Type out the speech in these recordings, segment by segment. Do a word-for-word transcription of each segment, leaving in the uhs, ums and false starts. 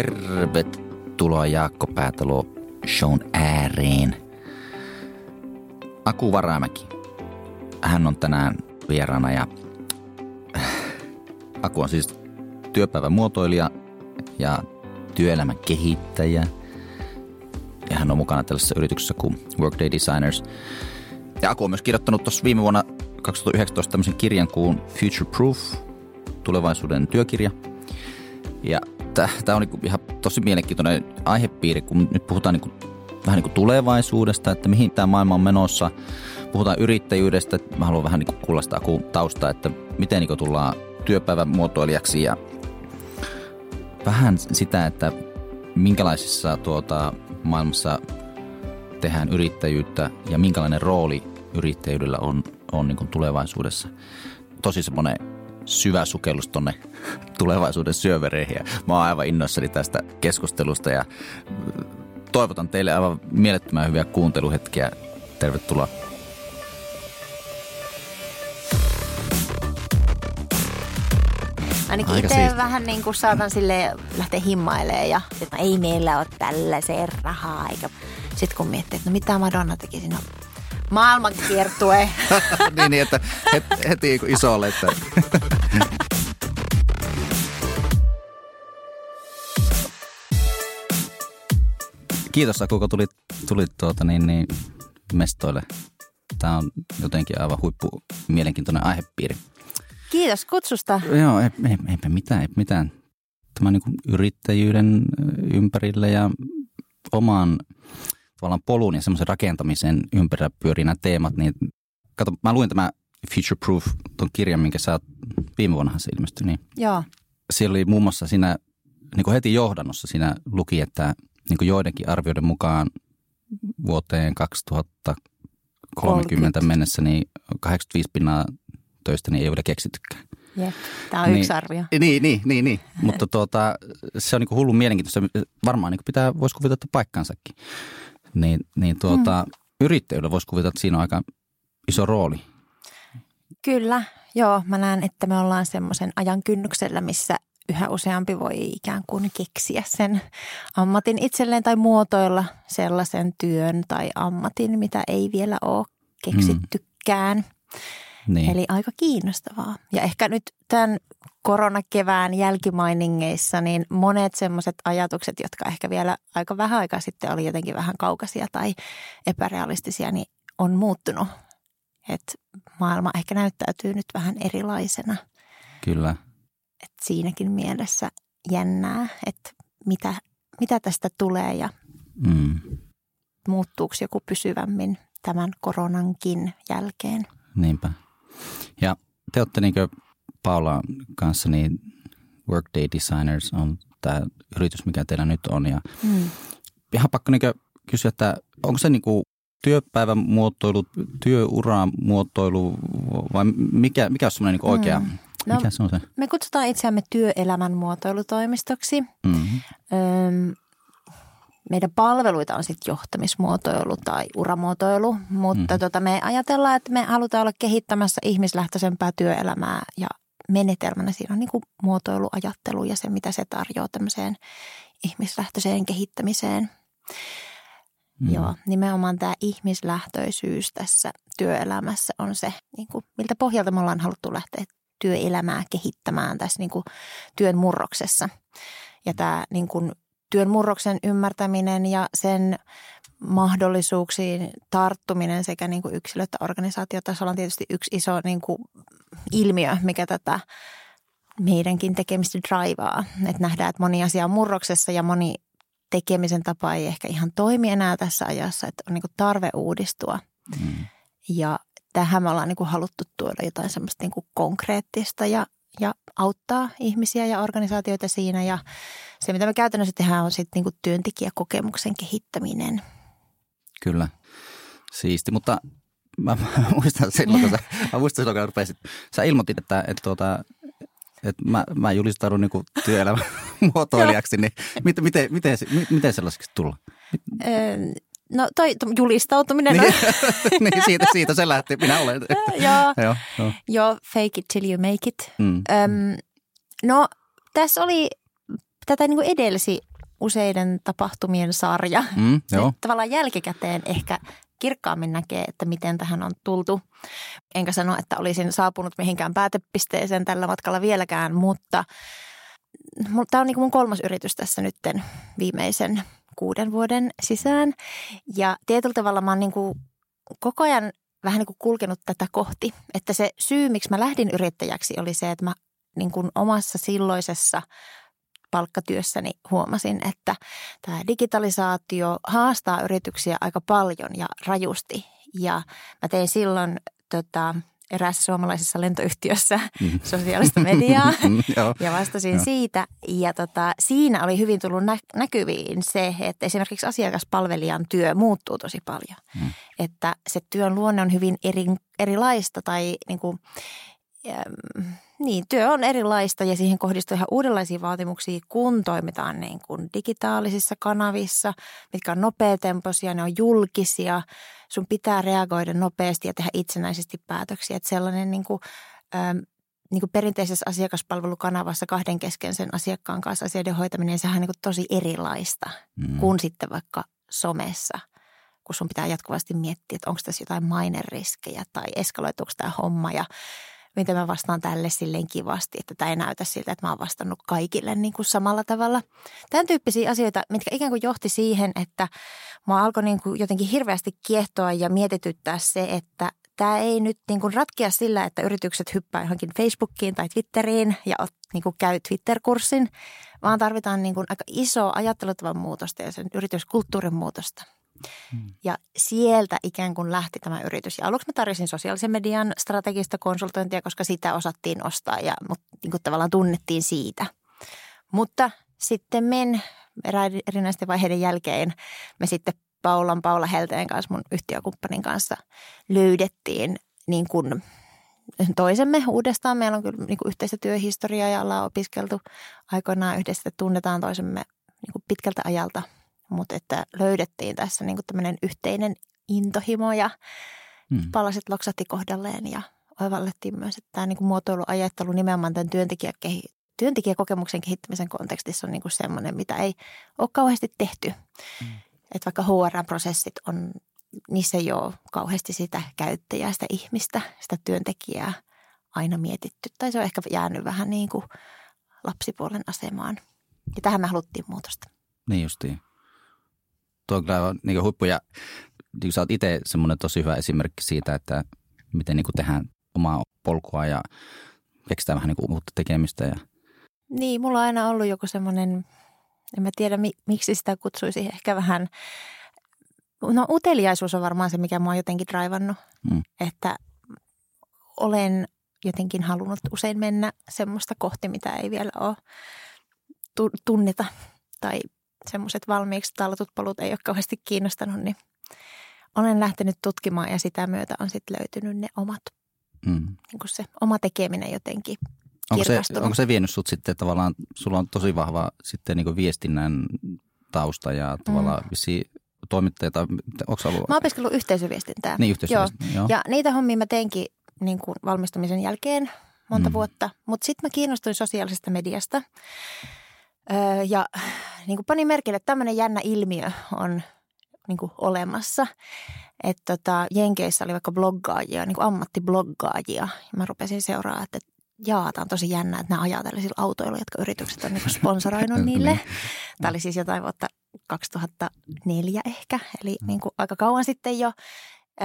Tervetuloa Jaakko Päätalo shown ääreen. Aku Varamäki. Hän on tänään vieraana ja Aku on siis työpäivän muotoilija ja työelämän kehittäjä. Ja hän on mukana tällaisessa yrityksessä kuin Workday Designers. Ja Aku on myös kirjoittanut tuossa viime vuonna kaksituhattayhdeksäntoista tämmöisen kirjan kuin Future Proof, tulevaisuuden työkirja. Ja tämä on niinku ihan tosi mielenkiintoinen aihepiiri, kun nyt puhutaan niinku, vähän niin kuin tulevaisuudesta, että mihin tämä maailma on menossa. Puhutaan yrittäjyydestä, että mä haluan vähän niin kuin kuulla sitä Akun taustaa, että miten niin kuin tullaan työpäivän muotoilijaksi ja vähän sitä, että minkälaisissa tuota, maailmassa tehdään yrittäjyyttä ja minkälainen rooli yrittäjyydellä on, on niin kuin tulevaisuudessa. Tosi semmoinen syvä sukellus tonne tulevaisuuden syövereihin ja mä oon aivan innoissani tästä keskustelusta ja toivotan teille aivan mielettömän hyviä kuunteluhetkiä. Tervetuloa. Ainakin itse vähän niin kuin saatan sille lähteä himmailemaan ja että ei meillä ole tällaiseen rahaa. Eikä sitten kun miettii, että no mitä Madonna teki siinä maailmankiertue. niin, niin, että heti isolle. Että. Kiitos Aku, kun tulit, tulit tuota, niin, niin, mestoille. Tämä on jotenkin aivan huippu mielenkiintoinen aihepiiri. Kiitos kutsusta. Joo, ei, ei, eipä mitään, ei mitään. Tämä niin kuin yrittäjyyden ympärille ja oman tavallaan polun ja semmoisen rakentamisen ympärillä pyörii nämä teemat. Niin, kato, mä luin tämä Future Proof, ton kirjan, minkä sä oot viime vuonnahan se ilmestyi. Niin joo. Siellä oli muun muassa siinä, niin kuin heti johdannossa siinä luki, että niin kuin joidenkin arvioiden mukaan vuoteen kaksituhattakolmekymmentä mennessä niin kahdeksankymmentäviisi pinnaa töistä niin ei ole keksittykään. Jep. Tämä on niin, yksi arvio. Niin, niin, niin, niin. mutta tuota, se on niin kuin hullun mielenkiintoista. Varmaan niin kuin pitää, voisi kuvitella, että paikkansakin. Niin, niin tuota, mm. yrittäjyydellä voisi kuvitella, että siinä on aika iso rooli. Kyllä, joo. Mä näen, että me ollaan semmoisen ajan kynnyksellä, missä yhä useampi voi ikään kuin keksiä sen ammatin itselleen tai muotoilla sellaisen työn tai ammatin, mitä ei vielä ole keksittykään. Mm. Niin. Eli aika kiinnostavaa. Ja ehkä nyt tämän koronakevään jälkimainingeissa niin monet semmoiset ajatukset, jotka ehkä vielä aika vähän aikaa sitten oli jotenkin vähän kaukaisia tai epärealistisia, niin on muuttunut. Että maailma ehkä näyttäytyy nyt vähän erilaisena. Kyllä. Et siinäkin mielessä jännää, että mitä, mitä tästä tulee ja mm. muuttuuko joku pysyvämmin tämän koronankin jälkeen. Niinpä. Ja te olette niin kuin Paulan kanssa, niin Workday Designers on tämä yritys, mikä teillä nyt on. Ja mm. ihan pakko niin kuin kysyä, että onko se niin kuin työpäivän muotoilu, työuran muotoilu vai mikä, mikä on semmoinen niin kuin oikea? Mm. No, mikä se on se? Me kutsutaan itseämme työelämän muotoilutoimistoksi. Mm-hmm. Öm, Meidän palveluita on sitten johtamismuotoilu tai uramuotoilu, mutta mm. tota, me ajatellaan, että me halutaan olla kehittämässä ihmislähtöisempää työelämää ja menetelmänä siinä on niin kuin muotoiluajattelu ja se, mitä se tarjoaa tämmöiseen ihmislähtöiseen kehittämiseen. Mm. Joo, nimenomaan tämä ihmislähtöisyys tässä työelämässä on se, niin kuin, miltä pohjalta me ollaan haluttu lähteä työelämää kehittämään tässä niin kuin työn murroksessa. Ja tämä niin kuin työn murroksen ymmärtäminen ja sen mahdollisuuksiin tarttuminen sekä niin kuin yksilö- että organisaatiotasolla on tietysti yksi iso niin kuin ilmiö, mikä tätä meidänkin tekemistä draivaa. Että nähdään, että moni asia on murroksessa ja moni tekemisen tapa ei ehkä ihan toimi enää tässä ajassa, että on niin kuin tarve uudistua. Mm. Ja tähän me ollaan niin kuin haluttu tuoda jotain semmoista niin kuin konkreettista ja ja auttaa ihmisiä ja organisaatioita siinä. Ja se, mitä me käytännössä tehdään, on sitten niinku työntekijäkokemuksen kehittäminen. Kyllä. Siisti, mutta mä, mä muistan silloin, kun sä, mä muistan silloin, kun rupesit, sä ilmoitit, että, että, että, että mä, mä julistaudun niinku työelämän muotoilijaksi, niin miten, miten, miten, miten sellaiseksi tulla? No toi julistautuminen. Niin, niin siitä, siitä se lähti. Minä olen. Joo, joo, joo. Joo, fake it till you make it. Mm. Öm, no tässä oli, tätä niin kuin edelsi useiden tapahtumien sarja. Mm, joo. Tavallaan jälkikäteen ehkä kirkkaammin näkee, että miten tähän on tultu. Enkä sano, että olisin saapunut mihinkään päätepisteeseen tällä matkalla vieläkään, mutta tämä on niin kuin mun kolmas yritys tässä nytten viimeisen kuuden vuoden sisään. Ja tietyllä tavalla mä oon niin kuin koko ajan vähän niin kuin kulkenut tätä kohti. Että se syy, miksi mä lähdin yrittäjäksi, oli se, että mä niin kuin omassa silloisessa palkkatyössäni huomasin, että tämä digitalisaatio haastaa yrityksiä aika paljon ja rajusti. Ja mä tein silloin tota, eräässä suomalaisessa lentoyhtiössä mm. sosiaalista mediaa ja vastasin Joo. siitä. Ja tota, siinä oli hyvin tullut nä- näkyviin se, että esimerkiksi asiakaspalvelijan työ muuttuu tosi paljon. Mm. Että se työn luonne on hyvin eri, erilaista tai niin kuin, ähm, niin, työ on erilaista ja siihen kohdistuu ihan uudenlaisia vaatimuksia, kun toimitaan niin kuin digitaalisissa kanavissa, mitkä on nopeatempoisia, ne on julkisia. Sun pitää reagoida nopeasti ja tehdä itsenäisesti päätöksiä. Että sellainen niin kuin, ähm, niin kuin perinteisessä asiakaspalvelukanavassa kahden kesken sen asiakkaan kanssa asioiden hoitaminen, sehän on niin kuin tosi erilaista mm. kuin sitten vaikka somessa, kun sun pitää jatkuvasti miettiä, että onko tässä jotain maineriskejä tai eskaloituuko tämä homma ja miten mä vastaan tälle silleen kivasti, että tämä ei näytä siltä, että mä oon vastannut kaikille niin kuin samalla tavalla. Tämän tyyppisiä asioita, mitkä ikään kuin johti siihen, että mä alkoi niin kuin jotenkin hirveästi kiehtoa ja mietityttää se, että tämä ei nyt niin kuin ratkea sillä, että yritykset hyppää johonkin Facebookiin tai Twitteriin ja niin kuin käy Twitter-kurssin, vaan tarvitaan niin kuin aika iso ajattelutavan muutosta ja sen yrityskulttuurin muutosta. Hmm. Ja sieltä ikään kuin lähti tämä yritys. Ja aluksi mä tarjosin sosiaalisen median strategista konsultointia, koska sitä osattiin ostaa ja mut, niin kuin tavallaan tunnettiin siitä. Mutta sitten men erinäisten vaiheiden jälkeen me sitten Paulan Paula Helteen kanssa, mun yhtiökumppanin kanssa löydettiin niin kuin toisemme uudestaan. Meillä on kyllä niin kuin yhteistä työhistoriaa ja ollaan opiskeltu aikoinaan yhdessä, että tunnetaan toisemme niin kuin pitkältä ajalta. Mutta että löydettiin tässä niin kuin tämmöinen yhteinen intohimo ja hmm. palaset loksahti kohdalleen ja oivallettiin myös, että tämä niin kuin muotoiluajattelu nimenomaan tämän työntekijäkehi- työntekijäkokemuksen kehittämisen kontekstissa on niin kuin semmoinen, mitä ei ole kauheasti tehty. Hmm. Että vaikka H R M-prosessit on, niissä ei ole kauheasti sitä käyttäjää, sitä ihmistä, sitä työntekijää aina mietitty. Tai se on ehkä jäänyt vähän niin kuin lapsipuolen asemaan. Ja tähän me haluttiin muutosta. Niin justiin. Tuo on kyllä niin huippu ja niin sä oot itse semmoinen tosi hyvä esimerkki siitä, että miten niin tehdään omaa polkua ja keksitään vähän niin uutta tekemistä. Ja... Niin, mulla on aina ollut joku semmoinen, en mä tiedä miksi sitä kutsuisi, ehkä vähän, no uteliaisuus on varmaan se, mikä mua on jotenkin draivannut, mm. että olen jotenkin halunnut usein mennä semmoista kohti, mitä ei vielä ole tunneta tai semmoiset valmiiksi talletut polut ei ole kauheasti kiinnostanut, niin olen lähtenyt tutkimaan ja sitä myötä on sitten löytynyt ne omat, mm. niin kuin se oma tekeminen jotenkin onko se, onko se vienyt sut sitten tavallaan, sulla on tosi vahva sitten niin kuin viestinnän tausta ja tavallaan mm. vissiin toimittaja tai onko ollut? Mä oon opiskellut yhteisöviestintää. Niin, yhteisöviestintää, joo. joo. Ja niitä hommia mä teinkin niin kuin valmistumisen jälkeen monta mm. vuotta, mutta sitten mä kiinnostuin sosiaalisesta mediasta. Öö, ja niin kuin panin merkille, että tämmöinen jännä ilmiö on niin kuin olemassa. Että tota, Jenkeissä oli vaikka bloggaajia, niin kuin ammattibloggaajia. Ja mä rupesin seuraamaan, että jaa, tämä on tosi jännä, että nämä ajaa tällaisilla autoilla, jotka yritykset on niin kuin sponsoroinut niille. Tämä oli siis jotain vuotta kaksituhattaneljä ehkä, eli niin kuin aika kauan sitten jo. Öö,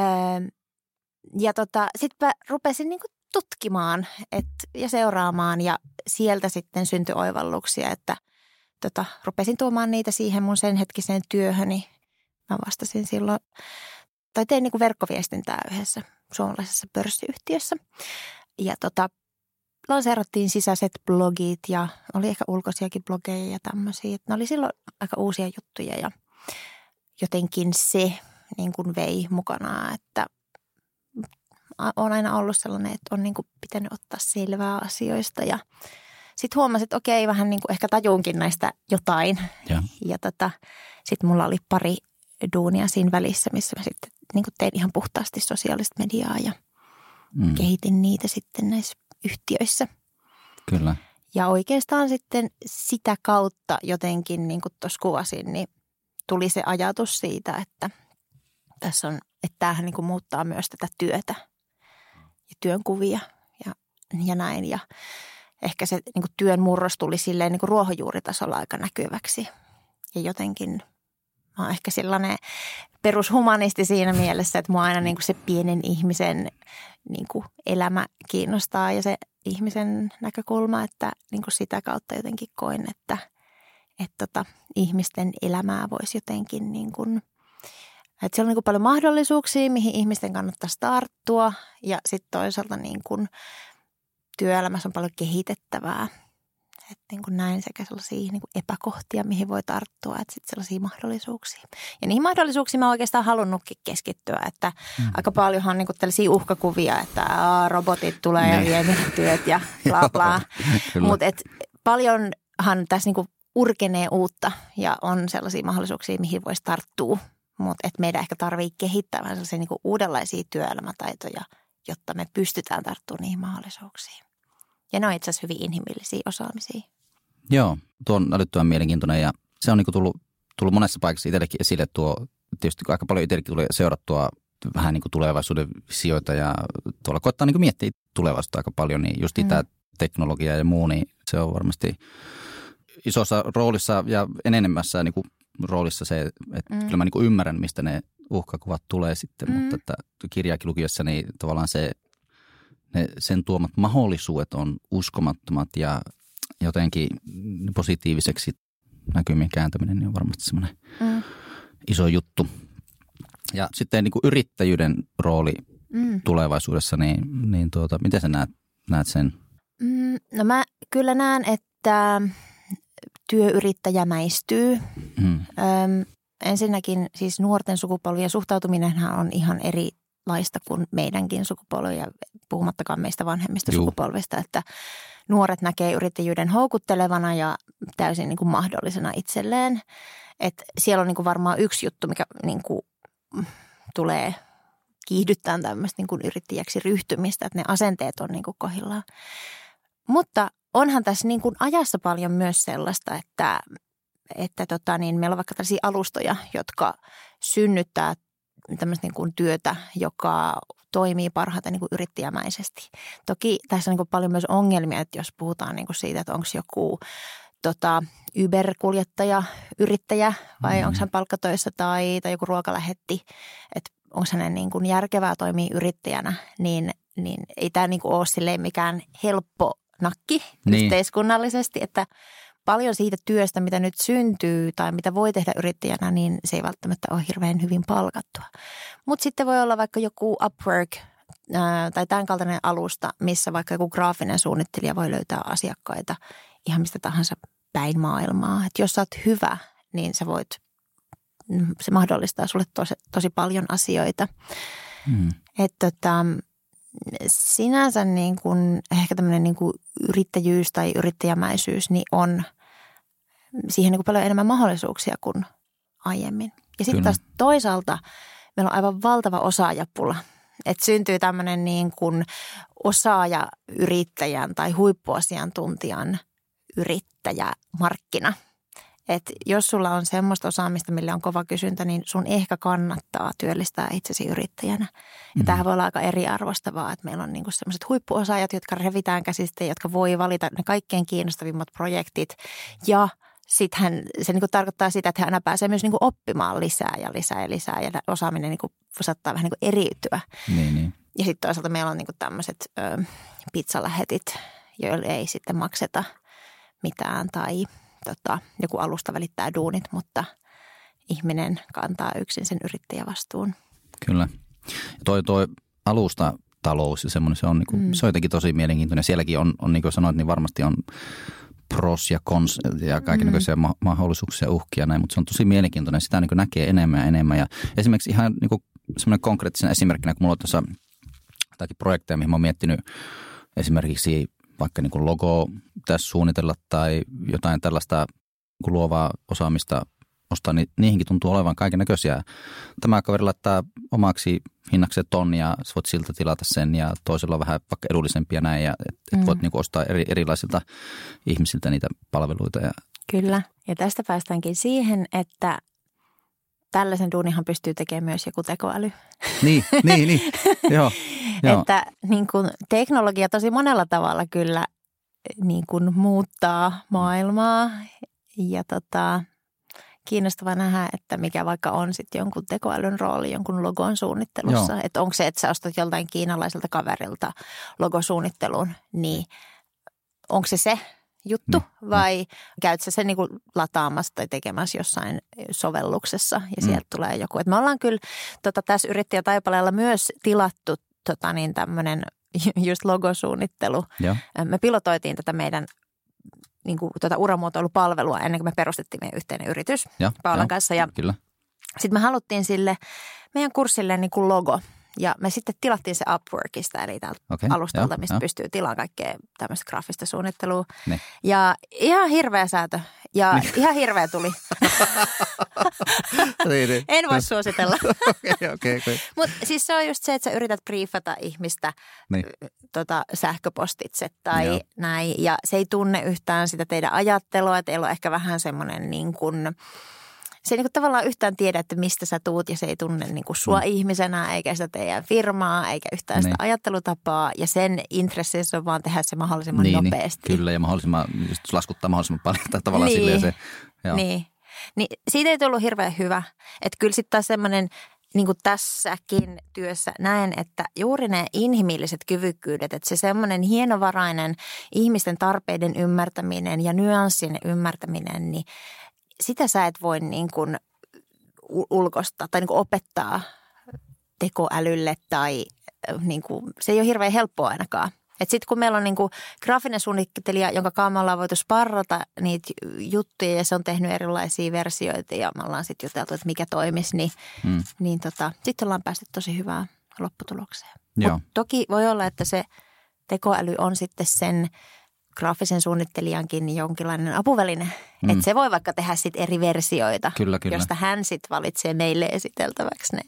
ja tota, sitten mä rupesin niin kuin tutkimaan et, ja seuraamaan ja sieltä sitten syntyi oivalluksia, että tota, rupesin tuomaan niitä siihen mun sen hetkiseen työhöni. Mä vastasin silloin, tai tein niin kuin verkkoviestintää yhdessä suomalaisessa pörssiyhtiössä. Ja tota, lanseerattiin sisäiset blogit ja oli ehkä ulkoisiakin blogeja ja tämmöisiä. Ne oli silloin aika uusia juttuja ja jotenkin se niin kuin vei mukanaan, että on aina ollut sellainen, että on niin kuin pitänyt ottaa selvää asioista ja sitten huomasin, että okei, vähän niin kuin ehkä tajuunkin näistä jotain. Ja, ja tota, sitten mulla oli pari duunia siinä välissä, missä mä sitten niin kuin tein ihan puhtaasti sosiaalista mediaa ja mm. kehitin niitä sitten näissä yhtiöissä. Kyllä. Ja oikeastaan sitten sitä kautta jotenkin, niin kuin tuossa kuvasin, niin tuli se ajatus siitä, että tässä on, että tämähän niin kuin muuttaa myös tätä työtä ja työnkuvia ja, ja näin. Ja ehkä se niin kuin työn murros tuli silleen niin kuin ruohonjuuritasolla aika näkyväksi. Ja jotenkin mä oon ehkä sellainen perushumanisti siinä mielessä, että mua aina niin kuin se pienen ihmisen niin kuin elämä kiinnostaa ja se ihmisen näkökulma, että niin kuin sitä kautta jotenkin koin, että, että tota, ihmisten elämää voisi jotenkin niin kuin, että siellä on niin kuin paljon mahdollisuuksia, mihin ihmisten kannattaisi tarttua ja sitten toisaalta niin kuin työelämässä on paljon kehitettävää. Että niin kuin näin sekä sellaisia niin kuin epäkohtia, mihin voi tarttua, että sitten sellaisia mahdollisuuksia. Ja niihin mahdollisuuksiin mä oikeastaan halunnutkin keskittyä, että mm. aika paljonhan on niin kuin tällaisia uhkakuvia, että aa, robotit tulee ja vie meidän työt ja bla bla. Mutta paljonhan tässä niin kuin urkenee uutta ja on sellaisia mahdollisuuksia, mihin voisi tarttua. Mutta että meidän ehkä tarvitsee kehittää vähän sellaisia niin kuin uudenlaisia työelämätaitoja, jotta me pystytään tarttumaan niihin mahdollisuuksiin. Ja ne on itse asiassa hyvin inhimillisiä osaamisia. Joo, tuo on älyttömän mielenkiintoinen ja se on niin kuin tullut, tullut monessa paikassa itsellekin esille tuo, tietysti aika paljon itsellekin tuli seurattua vähän niin kuin tulevaisuuden visioita ja tuolla koittaa niin kuin miettiä tulevaisuutta aika paljon, niin just mm. tämä teknologia ja muu, niin se on varmasti isossa roolissa ja enenemässä niin kuin roolissa se, että mm. kyllä mä niin kuin ymmärrän, mistä ne uhkakuvat tulee sitten, mm. mutta että kirjaakin lukiessa niin tavallaan se, ne, sen tuomat mahdollisuudet on uskomattomat ja jotenkin positiiviseksi näkymien kääntäminen niin on varmasti semmoinen mm. iso juttu. Ja sitten niin kuin yrittäjyyden rooli mm. tulevaisuudessa, niin, niin tuota, miten sä näet, näet sen? Mm, no mä kyllä näen, että työyrittäjä mäistyy. Mm. Öm, ensinnäkin siis nuorten sukupolvien suhtautuminenhan on ihan erilaista kuin meidänkin sukupolvia, puhumattakaan meistä vanhemmista Juh. sukupolvista, että nuoret näkee yrittäjyyden houkuttelevana ja täysin niin kuin mahdollisena itselleen. Et siellä on niin kuin varmaan yksi juttu, mikä niin kuin tulee kiihdyttämään tämmöistä niin kuin yrittäjäksi ryhtymistä, että ne asenteet on niin kuin kohdillaan. Mutta onhan tässä niin kuin ajassa paljon myös sellaista, että, että tota niin, meillä on vaikka tällaisia alustoja, jotka synnyttää tämmöistä niin kuin työtä, joka toimii parhaiten niin kuin yrittäjämäisesti. Toki tässä on niin kuin paljon myös ongelmia, että jos puhutaan niin kuin siitä, että onko joku tota, Uber-kuljettaja, yrittäjä vai mm. onko hän palkkatöissä tai, tai joku ruokalähetti, että onko hänen niin kuin järkevää toimia yrittäjänä, niin, niin ei tämä niin kuin ole silleen mikään helppo nakki niin. yhteiskunnallisesti, että paljon siitä työstä, mitä nyt syntyy tai mitä voi tehdä yrittäjänä, niin se ei välttämättä ole hirveän hyvin palkattua. Mutta sitten voi olla vaikka joku Upwork ää, tai tämän kaltainen alusta, missä vaikka joku graafinen suunnittelija voi löytää asiakkaita ihan mistä tahansa päin maailmaa. Et jos sä oot hyvä, niin sä voit, se mahdollistaa sulle tosi, tosi paljon asioita. Mm. Että tota, sinänsä niin kun, ehkä tämmöinen niin kun yrittäjyys tai yrittäjämäisyys niin on siihen niin kuin paljon enemmän mahdollisuuksia kuin aiemmin. Ja sitten taas toisaalta meillä on aivan valtava osaajapula. Että syntyy tämmöinen niin kuin osaaja-yrittäjän tai huippuasiantuntijan yrittäjämarkkina. Että jos sulla on semmoista osaamista, millä on kova kysyntä, niin sun ehkä kannattaa työllistää itsesi yrittäjänä. Ja mm-hmm. tämähän voi olla aika eriarvostavaa, että meillä on niinku semmoiset huippuosaajat, jotka revitään käsistä, jotka voi valita ne kaikkein kiinnostavimmat projektit. Ja sittenhän se niinku tarkoittaa sitä, että he aina pääsee myös niinku oppimaan lisää ja lisää ja lisää. Ja osaaminen niinku saattaa vähän niinku eriytyä. Niin, niin. Ja sitten toisaalta meillä on niinku tämmöiset ö, pizzalähetit, joille ei sitten makseta mitään tai tota, joku alusta välittää duunit, mutta ihminen kantaa yksin sen yrittäjävastuun. Kyllä. Ja toi, toi alustatalous ja semmoinen, se on, niinku, mm. se on jotenkin tosi mielenkiintoinen. Sielläkin on, on niin kuin sanoit, niin varmasti on pros ja cons ja kaikenlaisia mm. ma- mahdollisuuksia ja uhkia näin, mutta se on tosi mielenkiintoinen. Sitä niin kuin näkee enemmän ja enemmän. Ja esimerkiksi ihan niin kuin semmoinen konkreettisena esimerkkinä, kun mulla on tuossa jotakin projekteja, mihin mä oon miettinyt esimerkiksi vaikka niin kuin logo tässä suunnitella tai jotain tällaista niin kuin luovaa osaamista ostaa, niin niihinkin tuntuu olevan kaiken näköisiä. Tämä kaveri laittaa omaksi hinnaksi tonnia, sä voit siltä tilata sen ja toisella on vähän vaikka edullisempia näin ja et, et mm. voit niinku ostaa eri, erilaisilta ihmisiltä niitä palveluita. Ja... Kyllä, ja tästä päästäänkin siihen, että tällaisen duunihan pystyy tekemään myös joku tekoäly. Niin, niin, niin. Joo, joo. Että niin kuin teknologia tosi monella tavalla kyllä niin kuin muuttaa maailmaa ja tota, kiinnostavaa nähdä, että mikä vaikka on sitten jonkun tekoälyn rooli jonkun logon suunnittelussa. Joo. Että onko se, että sä ostat joltain kiinalaiselta kaverilta logosuunnittelun, niin onko se se juttu no, vai no. käyt sä sen niin kuin lataamassa tai tekemässä jossain sovelluksessa ja sieltä mm. tulee joku. Et me ollaan kyllä tota, tässä Yrittäjätaipaleella myös tilattu tota, niin tämmöinen just logosuunnittelu. Ja. Me pilotoitiin tätä meidän niin kuin, tuota uramuotoilupalvelua ennen kuin me perustettiin meidän yhteinen yritys ja, Paulan ja, kanssa. Ja kyllä. Sitten me haluttiin sille meidän kurssille niin kuin logo. Ja me sitten tilattiin se Upworkista, eli täältä okay, alustalta, jo, mistä jo. pystyy tilaamaan kaikkea tämmöistä graafista suunnittelua. Ne. Ja ihan hirveä säätö. Ja niin. ihan hirveä tuli. niin, niin. En voi suositella. okay, okay, okay. Mutta siis se on just se, että sä yrität briefata ihmistä niin. tota, sähköpostitse tai Joo. näin. Ja se ei tunne yhtään sitä teidän ajattelua. Teillä on ehkä vähän semmoinen niin kuin... Se ei niin kuin tavallaan yhtään tiedä, että mistä sä tuut ja se ei tunne niin kuin sua mm. ihmisenä eikä sitä teidän firmaa eikä yhtään niin. sitä ajattelutapaa. Ja sen intressissä on vaan tehdä se mahdollisimman niin, nopeasti. Niin, kyllä ja mahdollisimman, just laskuttaa mahdollisimman paljon tai tavallaan niin. silleen se. Joo. Niin. niin, siitä ei tullut hirveän hyvä. Että kyllä sitten taas semmoinen niin kuin tässäkin työssä näen, että juuri ne inhimilliset kyvykkyydet, että se semmoinen hienovarainen ihmisten tarpeiden ymmärtäminen ja nyanssien ymmärtäminen, niin sitä sä et voi niin kuin ulkoistaa tai niin kuin opettaa tekoälylle tai niin kuin, se ei ole hirveän helppoa ainakaan. Että sitten kun meillä on niin kuin graafinen suunnittelija, jonka kanssa me ollaan voitu sparrata niitä juttuja ja se on tehnyt erilaisia versioita ja me ollaan sitten juteltu, että mikä toimisi, niin, hmm. niin tota, sitten ollaan päästy tosi hyvään lopputulokseen. Mutta toki voi olla, että se tekoäly on sitten sen graafisen suunnittelijankin jonkinlainen apuväline. Mm. Että se voi vaikka tehdä sitten eri versioita, kyllä, kyllä. josta hän sitten valitsee meille esiteltäväksi ne,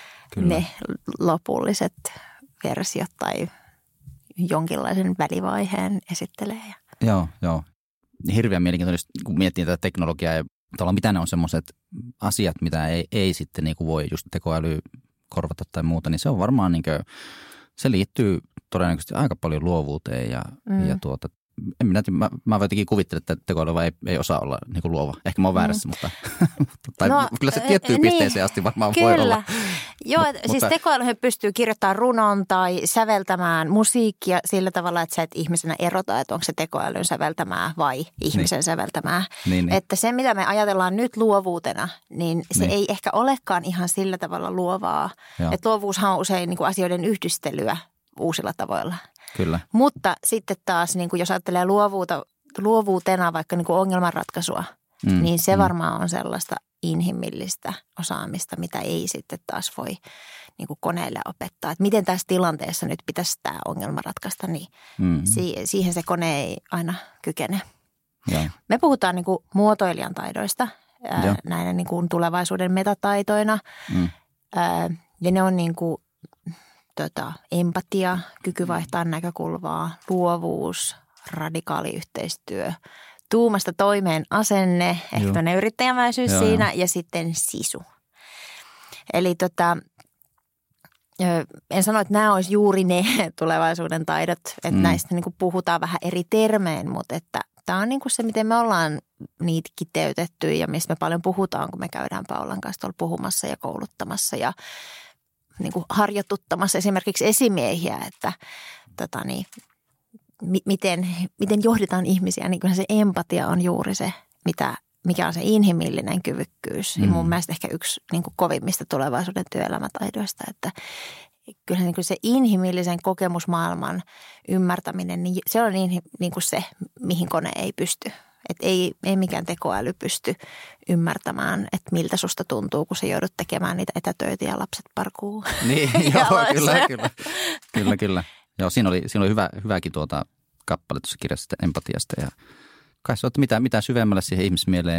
ne lopulliset versiot tai jonkinlaisen välivaiheen esittelee. Joo, joo. Hirveän mielenkiintoista, kun miettii tätä teknologiaa ja tavallaan mitä ne on semmoiset asiat, mitä ei, ei sitten niin kuin voi just tekoäly korvata tai muuta, niin se on varmaan niin kuin, se liittyy todennäköisesti aika paljon luovuuteen ja, mm. ja tuota, en minä, mä, mä jotenkin kuvittelen, että tekoäly ei, ei osaa olla niin kuin luova. Ehkä mä oon väärässä, mm. mutta tai no, kyllä se tiettyyn niin, pisteeseen asti varmaan kyllä. voi olla. Joo, Mut, siis mutta... tekoäly pystyy kirjoittamaan runon tai säveltämään musiikkia sillä tavalla, että sä et ihmisenä erota, että onko se tekoälyn säveltämää vai ihmisen niin. säveltämää. Niin, niin. Että se, mitä me ajatellaan nyt luovuutena, niin se niin. ei ehkä olekaan ihan sillä tavalla luovaa. Joo. Että luovuushan on usein niin kuin asioiden yhdistelyä uusilla tavoilla. Kyllä. Mutta sitten taas, niin kuin jos ajattelee luovuuta, luovuutena vaikka niin kuin ongelmanratkaisua, mm, niin se mm. varmaan on sellaista inhimillistä osaamista, mitä ei sitten taas voi niin kuin koneelle opettaa. Että miten tässä tilanteessa nyt pitäisi tämä ongelma ratkaista, niin mm. siihen se kone ei aina kykene. Ja. Me puhutaan niin kuin muotoilijan taidoista ää, näinä niin kuin tulevaisuuden metataitoina. Mm. Ää, ja ne on niin kuin Tota, empatia, kyky vaihtaa näkökulmaa, luovuus, radikaali yhteistyö, tuumasta toimeen asenne, ehkä ne yrittäjämäisyys joo, siinä jo. Ja sitten sisu. Eli tota, en sano, että nämä olisi juuri ne tulevaisuuden taidot, että mm. näistä niin kuin puhutaan vähän eri termein, mutta että tämä on niin kuin se, miten me ollaan niitä kiteytetty ja mistä me paljon puhutaan, kun me käydään Paulan kanssa tuolla puhumassa ja kouluttamassa ja niin kuin harjoituttamassa esimerkiksi esimiehiä, että tota niin, mi- miten, miten johdetaan ihmisiä. Niin se empatia on juuri se, mitä, mikä on se inhimillinen kyvykkyys. Mm. Ja mun mielestä ehkä yksi niin kuin kovimmista tulevaisuuden työelämätaidoista, että kyllä niin kuin se inhimillisen kokemusmaailman ymmärtäminen, niin se on niin, niin kuin se, mihin kone ei pysty. Että ei, ei mikään tekoäly pysty ymmärtämään, että miltä susta tuntuu, kun sä joudut tekemään niitä etätöitä ja lapset parkuu. Niin, joo, kyllä, kyllä. Kyllä, kyllä. Joo, siinä oli, siinä oli hyvä, hyväkin tuota kappale tuossa kirjassa empatiasta. Ja kai se on, että mitä, mitä syvemmälle siihen ihmismieleen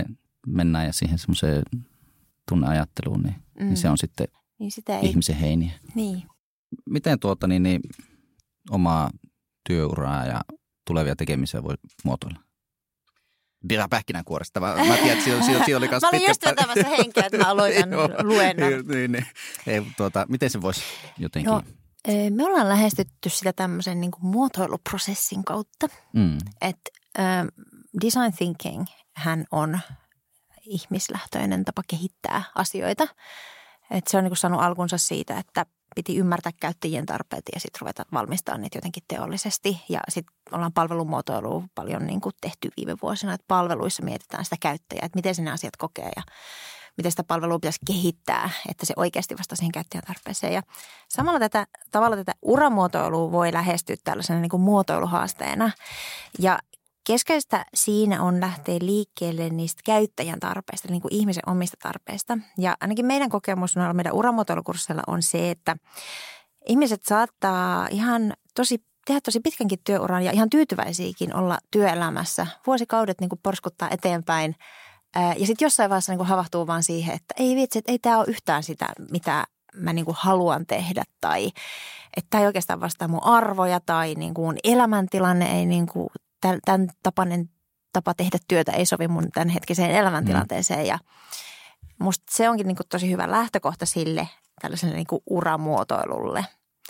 mennään ja siihen semmoiseen tunneajatteluun, niin, mm. niin se on sitten niin sitä ei. ihmisen heiniä. Niin. Miten tuota niin, niin omaa työuraa ja tulevia tekemisiä voi muotoilla? Pidä pähkinänkuoresta. Mä, mä tiedän, että siinä, siinä, siinä oli kanssa pitkä... Mä olin just vetämässä henkeä, että mä aloitan luennon. niin, niin. Ei, tuota, miten se voisi jotenkin? Joo, me ollaan lähestytty sitä tämmöisen niin kuin muotoiluprosessin kautta. Mm. Että äh, design thinking hän on ihmislähtöinen tapa kehittää asioita. Että se on niin kuin saanut alkunsa siitä, että piti ymmärtää käyttäjien tarpeet ja sitten ruveta valmistamaan niitä jotenkin teollisesti. Ja sitten ollaan palvelumuotoilua paljon niin kuin tehty viime vuosina, että palveluissa mietitään sitä käyttäjää, että miten se ne asiat kokee ja miten sitä palvelua pitäisi kehittää, että se oikeasti vastaa siihen käyttäjän tarpeeseen. Ja samalla tätä, tavalla tätä uramuotoilua voi lähestyä tällaisena niin kuin muotoiluhaasteena. Ja keskeistä siinä on lähteä liikkeelle niistä käyttäjän tarpeista, niin kuin ihmisen omista tarpeista. Ja ainakin meidän kokemus noilla meidän uramuotoilukursseilla on se, että ihmiset saattaa ihan tosi, tehdä tosi pitkänkin työuran ja ihan tyytyväisiäkin olla työelämässä. Vuosikaudet niin kuin porskuttaa eteenpäin ja sitten jossain vaiheessa niin kuin havahtuu vaan siihen, että ei vitsi, että ei tämä ole yhtään sitä, mitä mä niin kuin haluan tehdä tai että tämä ei oikeastaan vastaa mun arvoja tai niin kuin mun elämäntilanne ei niin kuin tämän tapainen tapa tehdä työtä ei sovi mun tämänhetkiseen elämäntilanteeseen ja musta se onkin niin kuin tosi hyvä lähtökohta sille tällaiselle niin kuin uramuotoilulle.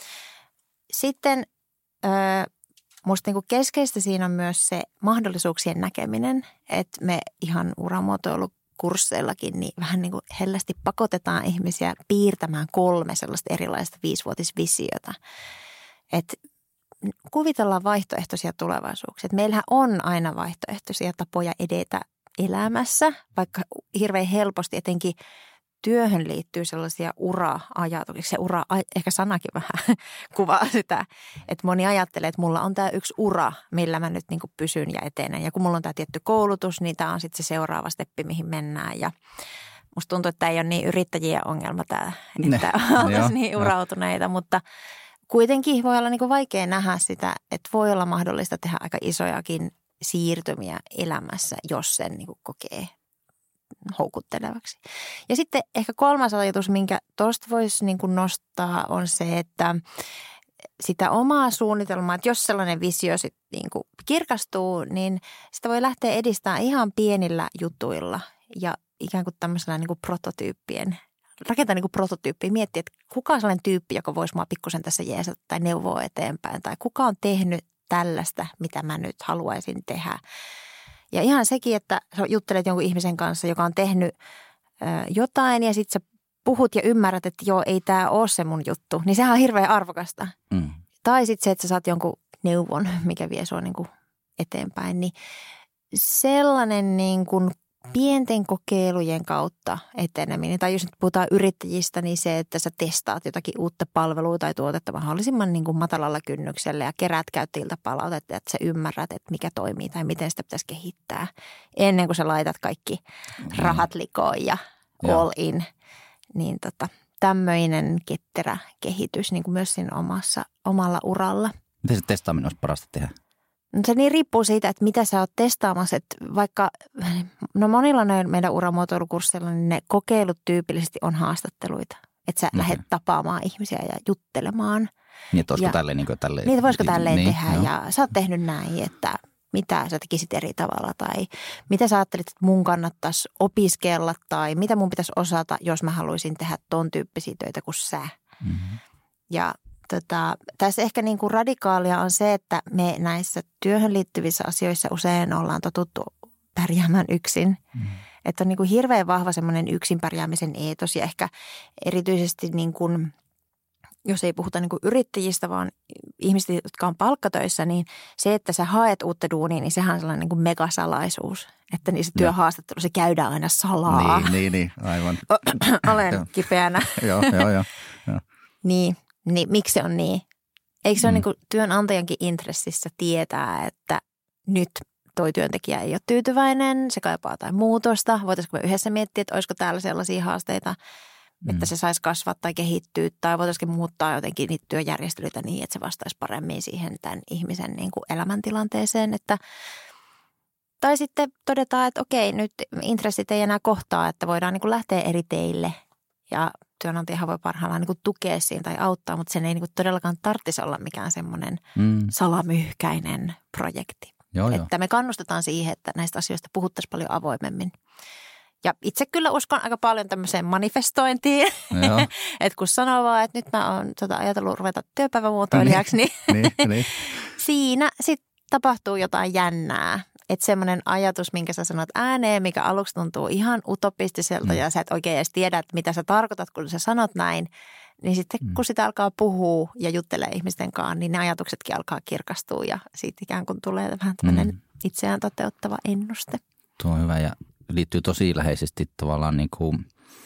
Sitten ö, musta niin kuin keskeistä siinä on myös se mahdollisuuksien näkeminen, että me ihan uramuotoilukursseillakin niin vähän niin kuin hellästi pakotetaan ihmisiä piirtämään kolme sellaista erilaista viisivuotisvisiota, että kuvitellaan vaihtoehtoisia tulevaisuuksia. Meillähän on aina vaihtoehtoisia tapoja edetä elämässä, vaikka hirveän helposti etenkin työhön liittyy sellaisia ura-ajatuksia. Se ura, ehkä sanakin vähän kuvaa sitä, että moni ajattelee, että mulla on tämä yksi ura, millä mä nyt niin kuin pysyn ja etenen. Ja kun mulla on tämä tietty koulutus, niin tämä on sitten se seuraava steppi, mihin mennään. Ja musta tuntuu, että tämä ei ole niin yrittäjien ongelma tämä, että oltaisiin niin urautuneita, mutta kuitenkin voi olla niin kuin vaikea nähdä sitä, että voi olla mahdollista tehdä aika isojakin siirtymiä elämässä, jos sen niin kuin kokee houkuttelevaksi. Ja sitten ehkä kolmas ajatus, minkä tuosta voisi niin kuin nostaa, on se, että sitä omaa suunnitelmaa, että jos sellainen visio sitten niin kuin kirkastuu, niin sitä voi lähteä edistämään ihan pienillä jutuilla ja ikään kuin tämmöisellä niin kuin prototyyppien rakentaa niin kuin prototyyppiä, miettiä, että kuka on sellainen tyyppi, joka voisi mua pikkusen tässä jeesata tai neuvoa eteenpäin. Tai kuka on tehnyt tällaista, mitä mä nyt haluaisin tehdä. Ja ihan sekin, että sä juttelet jonkun ihmisen kanssa, joka on tehnyt ö, jotain ja sitten sä puhut ja ymmärrät, että joo, ei tämä ole se mun juttu. Niin sehän on hirveän arvokasta. Mm. Tai sitten se, että sä saat jonkun neuvon, mikä vie sua niin kuin eteenpäin. Niin sellainen niin kuin pienten kokeilujen kautta eteneminen, tai jos nyt puhutaan yrittäjistä, niin se, että sä testaat jotakin uutta palvelua tai tuotetta mahdollisimman niin kuin matalalla kynnyksellä ja keräät käyttäjiltä palautetta, että sä ymmärrät, että mikä toimii tai miten sitä pitäisi kehittää ennen kuin sä laitat kaikki rahat likoon ja all in. Niin tota, tämmöinen ketterä kehitys niin kuin myös siinä omassa, omalla uralla. Miten se testaaminen olisi parasta tehdä? Se niin riippuu siitä, että mitä sä oot testaamassa, että vaikka, no monilla meidän uramuotoilukursseilla, niin ne kokeilut tyypillisesti on haastatteluita. Että sä okay. lähdet tapaamaan ihmisiä ja juttelemaan. Niin, että olisiko tälleen niin kuin tälleen? Niin, että voisiko tälleen niin, tehdä joo. Ja sä oot tehnyt näin, että mitä sä tekisit eri tavalla tai mitä sä ajattelit, että mun kannattaisi opiskella tai mitä mun pitäisi osata, jos mä haluaisin tehdä ton tyyppisiä töitä kuin sä. Mm-hmm. Ja Tota, tässä ehkä niin kuin radikaalia on se, että me näissä työhön liittyvissä asioissa usein ollaan totuttu pärjäämään yksin. Mm. Että on niin kuin hirveän vahva semmoinen yksin pärjäämisen eetos ja ehkä erityisesti niin kuin, jos ei puhuta niin kuin yrittäjistä, vaan ihmistä, jotka on palkkatöissä, niin se, että sä haet uutta duunia, niin sehän on sellainen niin kuin megasalaisuus. Että niissä työhaastatteluissa se käydään aina salaa. Niin, niin, niin aivan. Olen kipeänä. Joo, joo, joo. Niin. Niin miksi se on niin? Eikö se mm. ole niin kuin työnantajankin intressissä tietää, että nyt toi työntekijä ei ole tyytyväinen, se kaipaa jotain muutosta. Voitaisiko me yhdessä miettiä, että olisiko täällä sellaisia haasteita, mm. että se saisi kasvaa tai kehittyä, tai voitaisiko muuttaa jotenkin niitä työjärjestelyitä niin, että se vastaisi paremmin siihen tämän ihmisen niin kuin elämäntilanteeseen. Että Tai sitten todetaan, että okei, nyt intressit ei enää kohtaa, että voidaan niin kuin lähteä eri teille ja työnantajahan voi parhaillaan niin kuin tukea siinä tai auttaa, mutta sen ei niin kuin todellakaan tarvitsisi olla mikään semmoinen mm. salamyhkäinen projekti. Joo, että jo. me kannustetaan siihen, että näistä asioista puhuttaisiin paljon avoimemmin. Ja itse kyllä uskon aika paljon tämmöiseen manifestointiin, että kun sanoo vaan, että nyt mä oon tota, ajatellut ruveta työpäivämuotoilijaksi, niin, niin, niin. siinä sitten tapahtuu jotain jännää. Että semmoinen ajatus, minkä sä sanot ääneen, mikä aluksi tuntuu ihan utopistiselta mm. ja sä et oikein edes tiedä, että mitä sä tarkoitat, kun sä sanot näin, niin sitten mm. kun sitä alkaa puhua ja juttelee ihmisten kanssa, niin ne ajatuksetkin alkaa kirkastua ja siitä ikään kuin tulee vähän tämmöinen mm. itseään toteuttava ennuste. Tuo on hyvä ja liittyy tosi läheisesti tavallaan niin kuin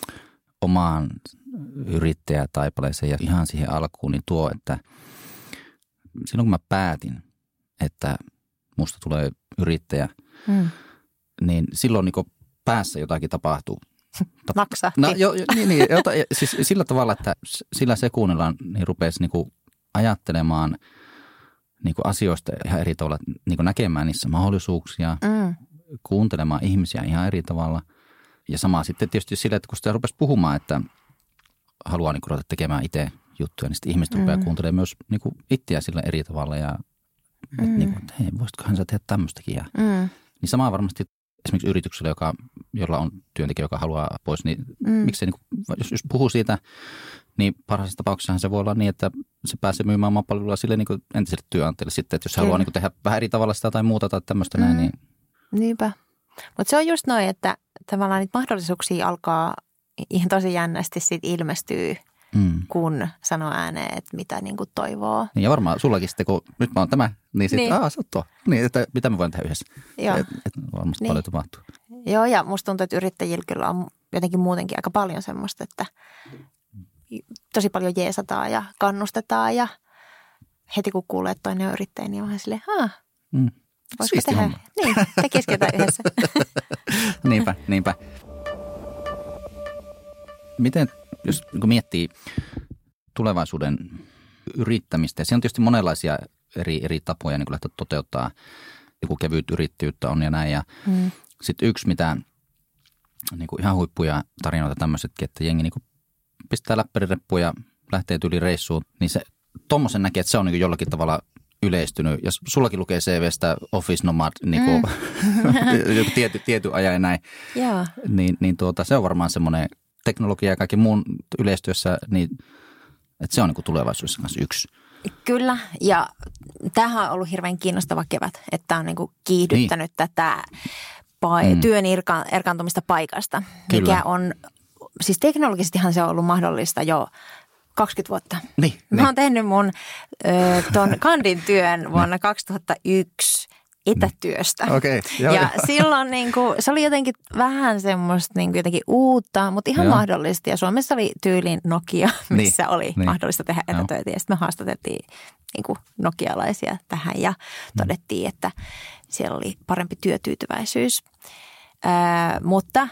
omaan yrittäjätaipaleeseen ja ihan siihen alkuun, niin tuo, että silloin kun mä päätin, että musta tulee yrittäjä, mm. niin silloin niin kuin päässä jotakin tapahtuu. Naksahti. No, jo, niin, niin, jota, siis sillä tavalla, että sillä sekunnilla niin rupesi niin kuin ajattelemaan niin kuin asioista ihan eri tavalla, niin kuin näkemään niissä mahdollisuuksia, mm. kuuntelemaan ihmisiä ihan eri tavalla. Ja sama sitten tietysti sillä, että kun sitä rupesi puhumaan, että haluaa niin kuin ruveta tekemään itse juttuja, niin sitten ihmiset mm. rupeaa kuuntelemaan myös niin kuin itseä sillä eri tavalla ja mm. että, niin kuin, että hei, voisitkohan sä tehdä tämmöistäkin. Ja, mm. niin samaa varmasti esimerkiksi yrityksellä, joka, jolla on työntekijä, joka haluaa pois, niin mm. miksei, niin kuin, jos, jos puhuu siitä, niin parhaassa tapauksessahan se voi olla niin, että se pääsee myymään omaa palvelua sille niin kuin entiselle työnantajalle sitten, että jos Kyllä. haluaa niin kuin tehdä vähän eri tavalla sitä tai muuta tai tämmöistä mm. näin, niin niinpä. Mutta se on just noin, että tavallaan niitä mahdollisuuksia alkaa ihan tosi jännästi siitä ilmestyy, mm. kun sanoo ääneen, että mitä niin kuin toivoo. Niin ja varmaan sullakin sitten, kun nyt mä oon tämä, niin sitten niin. aah, sä oot tuo. Niin, että mitä me voin tehdä yhdessä. Joo. Et, et varmasti niin. paljon tapahtuu. Joo, ja musta tuntuu, että yrittäjillä kyllä on jotenkin muutenkin aika paljon semmoista, että tosi paljon jeesataan ja kannustetaan ja heti kun kuulee, että toinen on yrittäjä, niin on vähän silleen, haa. Mm. Voisiko Siisti tehdä? Homma. Niin, tekisikin jotain yhdessä. niinpä, niinpä. Miten, jos miettii tulevaisuuden yrittämistä, ja siinä on tietysti monenlaisia eri, eri tapoja niin lähteä toteuttaa, joku kevyt yrittäjyyttä on ja näin. Ja mm. sitten yksi, mitä niin kuin ihan huippuja tarinoita tämmöisetkin, että jengi niin kuin pistää läppärireppuun ja lähtee tyyli reissuun, niin se tommosen näkee, että se on niin kuin jollakin tavalla yleistynyt. Ja sullakin lukee C V:stä Office Nomad, niin kuin mm. joku tiety, tiety ajan ja näin, Joo. niin, niin tuota, se on varmaan semmoinen teknologia ja kaikki muun yleistyessä, niin että se on niin kuin tulevaisuudessa kanssa yksi. Kyllä, ja tämähän on ollut hirveän kiinnostava kevät, että tämä on niin kuin kiihdyttänyt niin. tätä pa- mm. työn irka- erkaantumista paikasta, Kyllä. mikä on, siis teknologisestihan se on ollut mahdollista jo kaksikymmentä vuotta. Niin, Mä niin. oon tehnyt mun ö, ton kandin työn vuonna kaksituhattayksi etätyöstä. Okay, joo, ja joo. silloin niin kuin, se oli jotenkin vähän semmoista niin kuin jotenkin uutta, mutta ihan joo. mahdollista. Ja Suomessa oli tyylin Nokia, missä niin, oli niin. mahdollista tehdä etätöitä. Ja sitten me haastateltiin niin kuin nokialaisia tähän ja todettiin, että siellä oli parempi työtyytyväisyys. Ö, mutta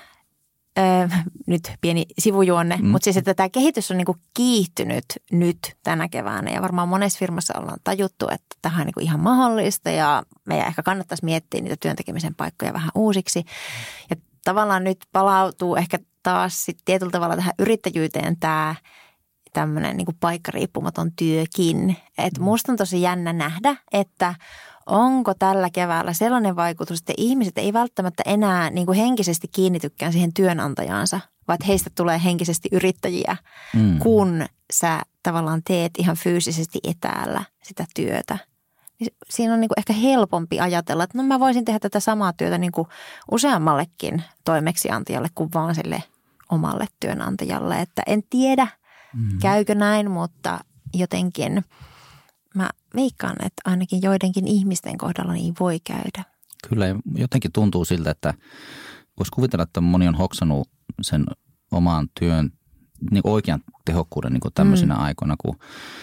Öö, nyt pieni sivujuonne, mm. mutta siis että tämä kehitys on niinku kiihtynyt nyt tänä keväänä ja varmaan monessa firmassa ollaan tajuttu, että tähän on niinku ihan mahdollista ja meidän ehkä kannattaisi miettiä niitä työntekemisen paikkoja vähän uusiksi. Ja tavallaan nyt palautuu ehkä taas sit tietyllä tavalla tähän yrittäjyyteen tämä tämmöinen niinku paikkariippumaton työkin. Että musta on tosi jännä nähdä, että onko tällä keväällä sellainen vaikutus, että ihmiset ei välttämättä enää niin kuin henkisesti kiinnitykään siihen työnantajaansa, vaan että heistä tulee henkisesti yrittäjiä, mm. kun sä tavallaan teet ihan fyysisesti etäällä sitä työtä. Siinä on niin kuin ehkä helpompi ajatella, että no mä voisin tehdä tätä samaa työtä niin kuin useammallekin toimeksiantajalle kuin vaan sille omalle työnantajalle. Että en tiedä, mm. käykö näin, mutta jotenkin mä veikkaan, että ainakin joidenkin ihmisten kohdalla niin voi käydä. Kyllä, jotenkin tuntuu siltä, että voisi kuvitella, että moni on hoksannut sen oman työn niin oikean tehokkuuden niin tämmöisenä mm. aikoina, kun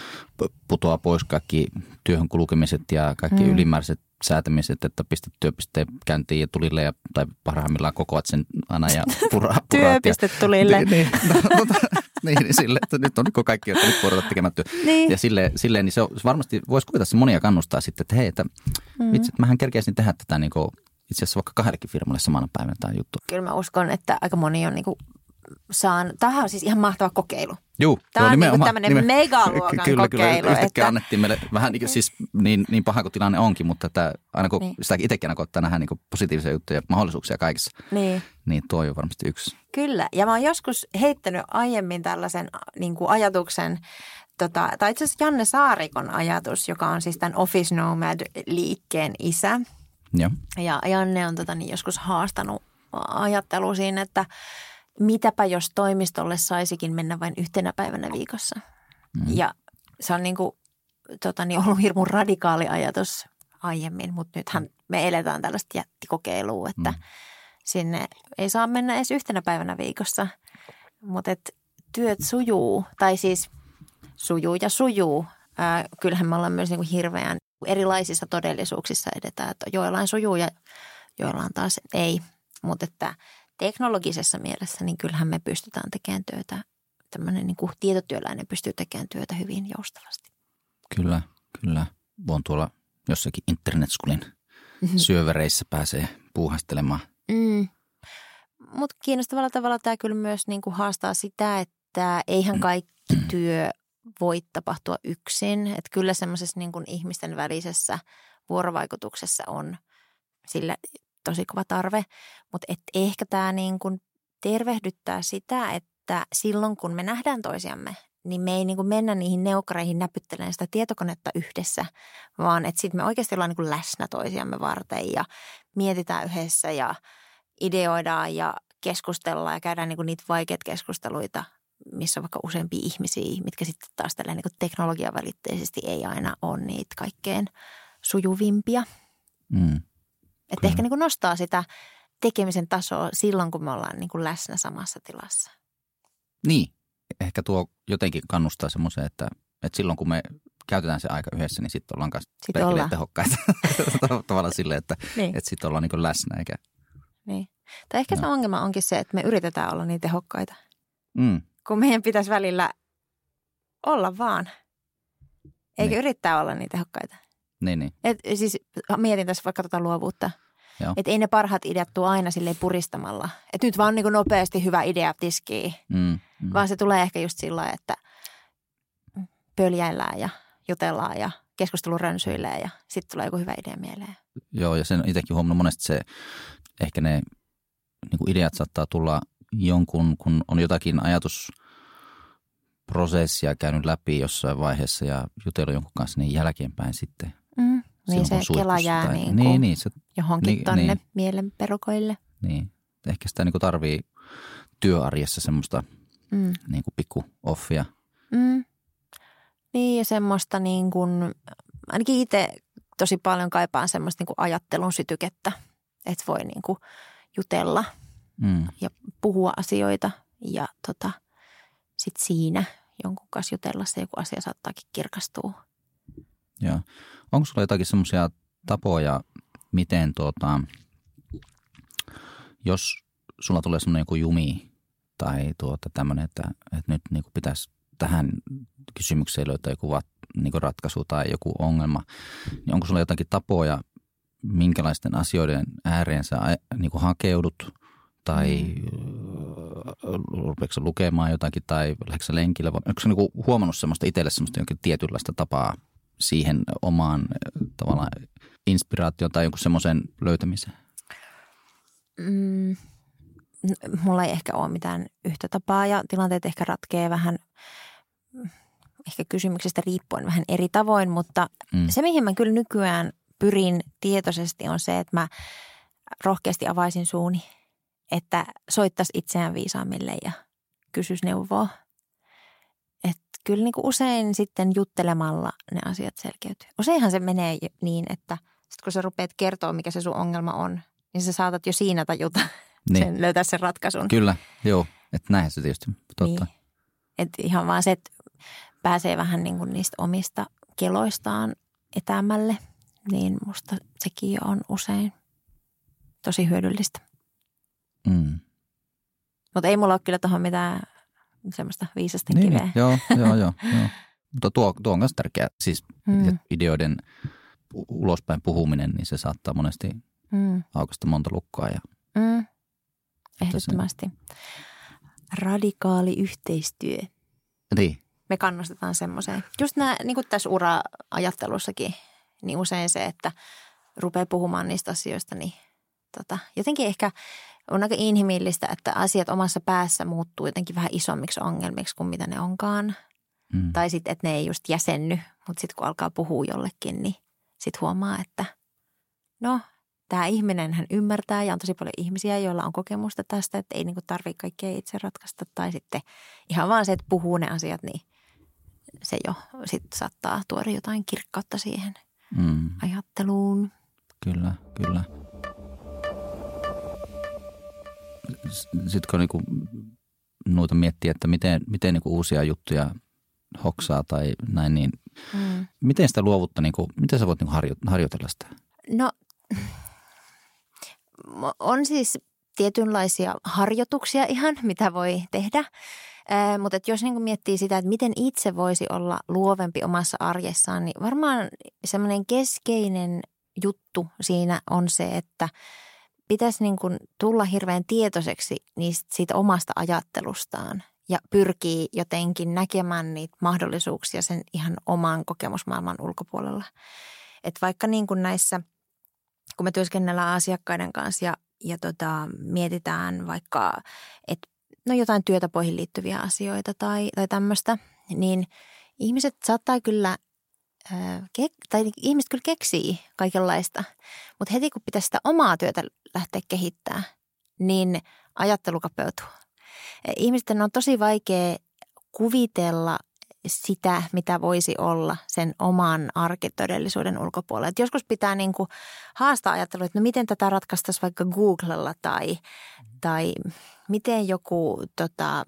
putoaa pois kaikki työhön kulkemiset ja kaikki mm. ylimääräiset säätämiset, että pistät työpisteen käyntiin ja tulille ja, tai parhaimmillaan kokoat sen aina ja pura, puraat. Työpiste tulille. Niin, niin, no, niin, niin sille, että nyt on niin kaikki, että nyt pudotat tekemään työ. Niin. Ja silleen, silleen, niin se on, varmasti voisi kuvitella, että se monia kannustaa sitten, että hei, että mm. vitsi, että mähän kerkeisin tehdä tätä niin kuin itse asiassa vaikka kahdellekin firmalle samana päivänä tämä juttu. Kyllä mä uskon, että aika moni on niinku saan, tämähän on siis ihan mahtava kokeilu. Juu, tämä joo, on nimenomaan, niinku tämmöinen nimenomaan. megaluokan kyllä, kokeilu. Kyllä, yhtäkkiä että annettiin meille vähän niin, siis niin, niin paha kuin tilanne onkin, mutta että aina kun niin. sitä itsekin aina koittaa nähdä niin positiivisia juttuja ja mahdollisuuksia kaikissa, niin. niin tuo on varmasti yksi. Kyllä, ja mä oon joskus heittänyt aiemmin tällaisen niin kuin ajatuksen, tota, tai itse asiassa Janne Saarikon ajatus, joka on siis tämän Office Nomad-liikkeen isä. Joo. Ja Janne on tota, niin joskus haastanut ajattelu siinä, että mitäpä jos toimistolle saisikin mennä vain yhtenä päivänä viikossa. Mm. Ja se on niin kuin, tota, niin ollut hirmu radikaali ajatus aiemmin, mutta nythän me eletään tällaista jättikokeilua, että mm. sinne ei saa mennä edes yhtenä päivänä viikossa, mutta et työt sujuu, tai siis sujuu ja sujuu. Ää, kyllähän me ollaan myös niin kuin hirveän erilaisissa todellisuuksissa edetään, että joillain sujuu ja joillain taas ei, mutta että teknologisessa mielessä, niin kyllähän me pystytään tekemään työtä, tämmöinen niin kuin tietotyöläinen pystyy tekemään työtä hyvin joustavasti. Kyllä, kyllä. Voin tuolla jossakin internetskulin syövereissä pääsee puuhastelemaan. Mm. Mutta kiinnostavalla tavalla tämä kyllä myös niin kuin haastaa sitä, että eihän kaikki työ voi tapahtua yksin. Että kyllä semmoisessa niin kuin ihmisten välisessä vuorovaikutuksessa on sillä tosi kova tarve, mutta et ehkä tämä niin kuin tervehdyttää sitä, että silloin kun me nähdään toisiamme, niin me ei niin kuin mennä niihin neukkareihin näpyttelemään sitä tietokonetta yhdessä, vaan että sitten me oikeasti ollaan niin kuin läsnä toisiamme varten ja mietitään yhdessä ja ideoidaan ja keskustellaan ja käydään niin kuin niitä vaikeita keskusteluita, missä on vaikka useampia ihmisiä, mitkä sitten taas tällä niin kuin teknologiavälitteisesti ei aina ole niitä kaikkein sujuvimpia. Mm. Että ehkä niin kuin nostaa sitä tekemisen tasoa silloin, kun me ollaan niin kuin läsnä samassa tilassa. Niin. Ehkä tuo jotenkin kannustaa semmoiseen, että, että silloin kun me käytetään se aika yhdessä, niin sitten ollaan kanssa perkeleen tehokkaita. Tavallaan silleen, että, niin. että sitten ollaan niin kuin läsnä. Eikä... Niin. Tai ehkä no. se ongelma onkin se, että me yritetään olla niin tehokkaita. Mm. Kun meidän pitäisi välillä olla vaan. Eikä niin. yrittää olla niin tehokkaita. Niin, niin. Et siis mietin tässä vaikka tuota luovuutta. Että ei ne parhaat ideat tule aina silleen puristamalla. Että nyt vaan niin kuin nopeasti hyvä idea tiskiin. Mm, mm. Vaan se tulee ehkä just sillä lailla, että pöljäillään ja jutellaan ja keskustelu rönsyilee ja sitten tulee joku hyvä idea mieleen. Joo, ja sen itsekin huomannut monesti se, ehkä ne niin kuin ideat saattaa tulla jonkun, kun on jotakin ajatusprosessia käynyt läpi jossain vaiheessa ja jutellut jonkun kanssa niin jälkeenpäin sitten. Mm. Niin se kela jää niin niin, niin, se, johonkin niin, tonne niin. mielenperukoille. Niin, ehkä sitä niin kuin tarvii työarjessa semmoista mm. niin kuin pikku offia. Mm. Niin ja semmoista niin kuin, ainakin itse tosi paljon kaipaan semmoista niin kuin ajattelun sytykettä, että voi niin kuin jutella mm. ja puhua asioita ja tota, sitten siinä jonkun kanssa jutella se joku asia saattaakin kirkastua. Joo. Onko sulla jotakin semmoisia tapoja, miten tuota, jos sulla tulee semmoinen joku jumi tai tuota tämmöinen, että, että nyt niin kuin pitäisi tähän kysymykseen löytää joku vat, niin kuin ratkaisu tai joku ongelma, niin onko sulla jotakin tapoja, minkälaisten asioiden ääreen sä niin kuin hakeudut tai rupeatko lukemaan jotakin tai lähdekö sä lenkillä? Onko sä niin kuin huomannut semmoista itselle semmoista jonkin tietynlaista tapaa siihen omaan tavallaan inspiraatioon tai jonkun semmoisen löytämiseen? Mm, mulla ei ehkä ole mitään yhtä tapaa ja tilanteet ehkä ratkee vähän ehkä kysymyksestä riippuen vähän eri tavoin, mutta mm. se mihin mä kyllä nykyään pyrin tietoisesti on se, että mä rohkeasti avaisin suuni, että soittaisi itseään viisaammille ja kysyisi neuvoa. Että kyllä niin kuin usein sitten juttelemalla ne asiat selkeytyy. Useinhan se menee niin, että sit kun sä rupeat kertoa, mikä se sun ongelma on, niin sä saatat jo siinä tajuta niin. sen, löytää sen ratkaisun. Kyllä, joo. Että näinhän se tietysti totta. Niin. Että ihan vaan se, että pääsee vähän niin kuin niistä omista keloistaan etäämälle, niin musta sekin jo on usein tosi hyödyllistä. Mm. Mutta ei mulla ole kyllä tuohon mitään semmoista viisasten niin, kiveä. Joo, joo, joo. joo. Mutta tuo, tuo on myös tärkeää. Siis mm. ideoiden ulospäin puhuminen, niin se saattaa monesti mm. aukaista monta lukkoa. Ja mm. Ehdottomasti. Radikaali yhteistyö. Niin. Me kannustetaan semmoiseen. Just nämä, niin kuin tässä ura-ajattelussakin, niin usein se, että rupeaa puhumaan niistä asioista, niin tota, jotenkin ehkä on aika inhimillistä, että asiat omassa päässä muuttuu jotenkin vähän isommiksi ongelmiksi kuin mitä ne onkaan. Mm. Tai sitten, että ne ei just jäsenny, mutta sitten kun alkaa puhua jollekin, niin sitten huomaa, että no, tämä ihminen hän ymmärtää ja on tosi paljon ihmisiä, joilla on kokemusta tästä, että ei niinku tarvitse kaikkea itse ratkaista. Tai sitten ihan vaan se, että puhuu ne asiat, niin se jo sitten saattaa tuoda jotain kirkkautta siihen mm. ajatteluun. Kyllä, kyllä. Sitten kun niinku noita miettii, että miten, miten niinku uusia juttuja hoksaa tai näin, niin mm. miten sitä luovutta, niinku, miten sä voit niinku harjo- harjoitella sitä? No on siis tietynlaisia harjoituksia ihan, mitä voi tehdä, äh, mutta jos niinku miettii sitä, että miten itse voisi olla luovempi omassa arjessaan, niin varmaan semmoinen keskeinen juttu siinä on se, että pitäisi niin kuin tulla hirveän tietoiseksi niistä, siitä omasta ajattelustaan ja pyrkii jotenkin näkemään niitä mahdollisuuksia sen ihan oman kokemusmaailman ulkopuolella. Että vaikka niin kuin näissä, kun me työskennellään asiakkaiden kanssa ja, ja tota, mietitään vaikka, että no jotain työtapoihin liittyviä asioita tai, tai tämmöistä, niin ihmiset saattaa kyllä tai ihmiset kyllä keksii kaikenlaista, mutta heti kun pitäisi sitä omaa työtä lähteä kehittämään, niin ajattelu kapeutuu. Ihmisten on tosi vaikea kuvitella sitä, mitä voisi olla sen oman arkitodellisuuden ulkopuolella. Et joskus pitää niinku haastaa ajattelua, että no miten tätä ratkaistaisiin vaikka Googlella tai, tai miten joku tota,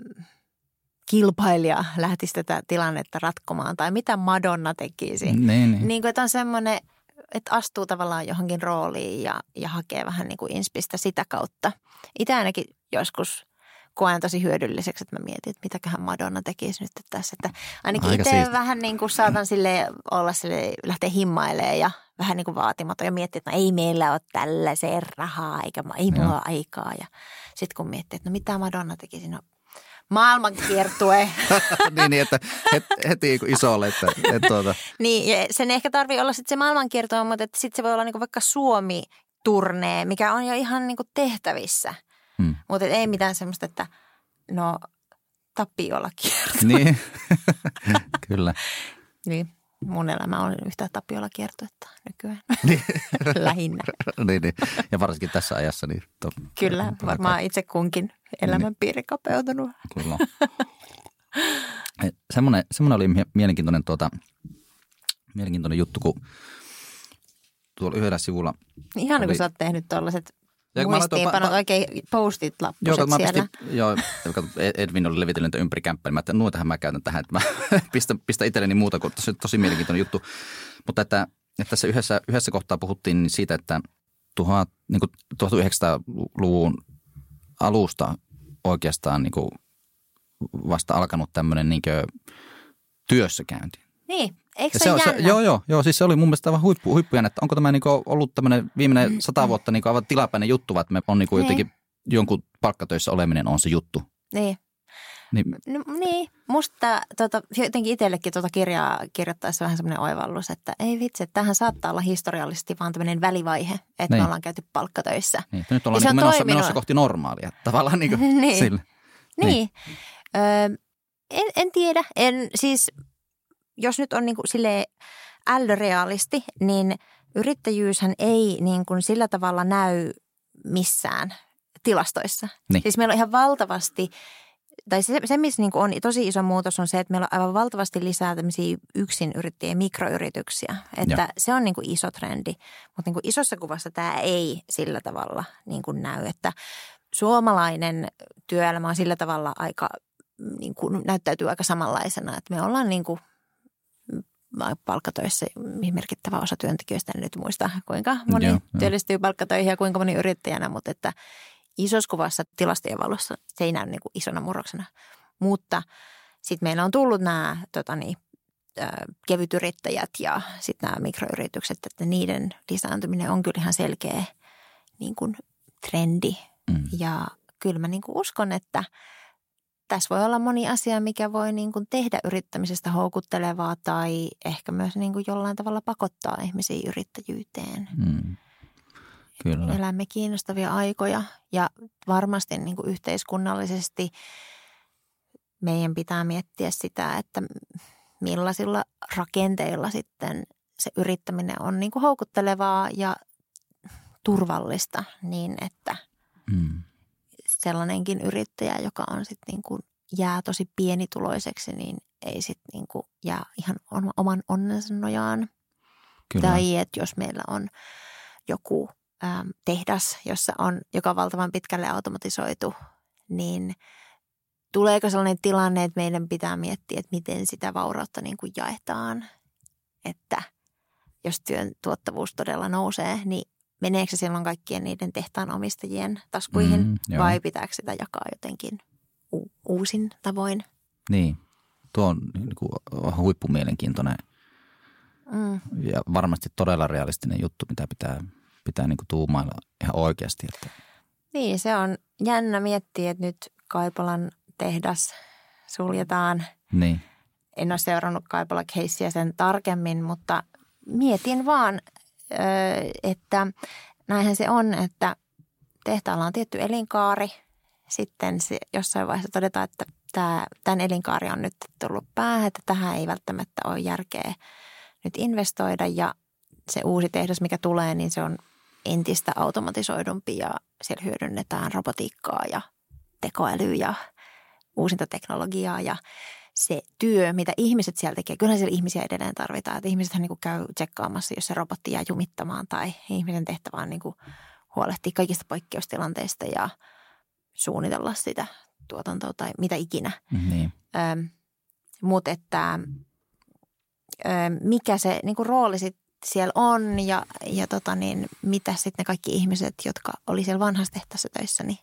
kilpailija lähtisi tätä tilannetta ratkomaan tai mitä Madonna tekisi. Niin, niin. Niin kuin, että on semmoinen, että astuu tavallaan johonkin rooliin ja, ja hakee vähän niin kuin inspistä sitä kautta. Itse ainakin joskus koen tosi hyödylliseksi, että mä mietin, että mitäköhän Madonna tekisi nyt tässä. Että ainakin Aika itse siisti. vähän niin kuin saatan sille olla sille, lähteä himmailemaan ja vähän niin kuin vaatimaton ja miettiä, että no ei meillä ole tällaiseen rahaa eikä ei mulla ole aikaa. Ja sitten kun miettii, että no mitä Madonna tekisi, no maailmankiertue. niin, niin, että heti isolle, että, että tuota. Niin, sen ehkä tarvii olla sitten se maailmankiertue, mutta sitten se voi olla niinku vaikka Suomi-turnee, mikä on jo ihan niinku tehtävissä. Hmm. Mutta ei mitään semmoista, että no Tapiola kiertue. Niin, kyllä. Niin, mun elämä on yhtä Tapiola kiertuetta nykyään. Lähinnä. niin, niin, ja varsinkin tässä ajassa. Niin to, kyllä, varmaan itse kunkin elämänpiiri kapeutunut. Kyllä. semmoinen, semmoinen oli mielenkiintoinen, tuota, mielenkiintoinen juttu, kun tuolla yhdellä sivulla. Ihan kun sä oot tehnyt tuollaiset muistiinpanot, oikein postit lappuset joo, siellä. Pistin, joo, Edvin oli levitellyt ympäri kämppää, niin mä nuotahan mä käytän tähän, että mä pistän, pistän itselleni muuta, kun se on tosi mielenkiintoinen juttu. Mutta että, että tässä yhdessä, yhdessä kohtaa puhuttiin siitä, että tuhat, niin kuin tuhatyhdeksänsataaluvun alusta oikeastaan niin kuin vasta alkanut tämmöinen niin kuin työssäkäynti. Niin, eikö se, se ole se, joo, joo, joo, siis se oli mun mielestä aivan huippu, huippujen, että onko tämä niin kuin ollut tämmöinen viimeinen mm. sata vuotta niin kuin aivan tilapäinen juttu, vai että me on niin kuin jotenkin jonkun palkkatöissä oleminen on se juttu. Niin. Niin, no, niin. Musta tota, jotenkin itsellekin tuota kirjaa kirjoittaessa vähän semmoinen oivallus, että ei vitsi, että tämähän saattaa olla historiallisesti vaan tämmöinen välivaihe, että niin. me ollaan käyty palkkatöissä. Niin, nyt ollaan niin menossa, menossa kohti normaalia tavallaan niin kuin niin. sillä. Niin. niin. Öö, en, en tiedä, en siis jos nyt on niin kuin silleen ällörealisti, niin yrittäjyyshän ei niin kuin sillä tavalla näy missään tilastoissa. Niin. Siis meillä on ihan valtavasti, tai se, se missä niin kuin on tosi iso muutos on se, että meillä on aivan valtavasti lisää tämmöisiä yksinyrittäjiä, mikroyrityksiä. Että ja. se on niin kuin iso trendi, mutta niin kuin isossa kuvassa tämä ei sillä tavalla niin kuin näy. Että suomalainen työelämä on sillä tavalla aika, niin kuin näyttäytyy aika samanlaisena, että me ollaan niin kuin palkkatöissä merkittävä osa työntekijöistä, en nyt muista kuinka moni joo, työllistyy jo. palkkatöihin ja kuinka moni yrittäjänä, mutta että isossa kuvassa tilastojen valossa se ei näy niin kuin isona murroksena. Mutta sitten meillä on tullut nämä tota niin, kevytyrittäjät ja sitten nämä mikroyritykset, että niiden lisääntyminen on kyllä ihan selkeä niin kuin trendi. Mm. Ja kyllä mä niin kuin uskon, että tässä voi olla moni asia, mikä voi niin kuin tehdä yrittämisestä houkuttelevaa tai ehkä myös niin kuin jollain tavalla pakottaa ihmisiä yrittäjyyteen. Mm. Kyllä. Elämme kiinnostavia aikoja ja varmasti niin kuin yhteiskunnallisesti meidän pitää miettiä sitä, että millaisilla rakenteilla sitten se yrittäminen on niin kuin houkuttelevaa ja turvallista niin, että mm. sellainenkin yrittäjä, joka on sitten niin kuin jää tosi pienituloiseksi, niin ei sitten niin kuin jää ihan oman onnensa nojaan. Kyllä. Tai että jos meillä on joku äm, tehdas, jossa on, joka on valtavan pitkälle automatisoitu, niin tuleeko sellainen tilanne, että meidän pitää miettiä, että miten sitä vaurautta niin kuin jaetaan, että jos työn tuottavuus todella nousee, niin meneekö se silloin kaikkien niiden tehtaan omistajien taskuihin mm, vai pitääkö sitä jakaa jotenkin u- uusin tavoin? Niin, tuo on niin kuin huippumielenkiintoinen mm. ja varmasti todella realistinen juttu, mitä pitää, pitää niin kuin tuumailla ihan oikeasti. Että. Niin, se on jännä miettiä, että nyt Kaipolan tehdas suljetaan. Niin. En ole seurannut Kaipola-keissiä sen tarkemmin, mutta mietin vaan, että näinhän se on, että tehtaalla on tietty elinkaari. Sitten se jossain vaiheessa todetaan, että tämä, tämän elinkaari on nyt tullut päähän, että tähän ei välttämättä ole järkeä nyt investoida. Ja se uusi tehdas, mikä tulee, niin se on entistä automatisoidumpi ja siellä hyödynnetään robotiikkaa ja tekoälyä ja uusinta teknologiaa ja se työ, mitä ihmiset siellä tekee, kyllähän siellä ihmisiä edelleen tarvitaan. Että ihmisethän niin kuin käy tsekkaamassa, jos se robotti jää jumittamaan tai ihmisen tehtävä on niin kuin huolehtia kaikista poikkeustilanteista ja suunnitella sitä tuotantoa tai mitä ikinä. Niin. Ähm, mutta että ähm, mikä se niin kuin rooli sit siellä on ja, ja tota niin, mitä sitten ne kaikki ihmiset, jotka oli siellä vanhassa tehtaassa töissä, niin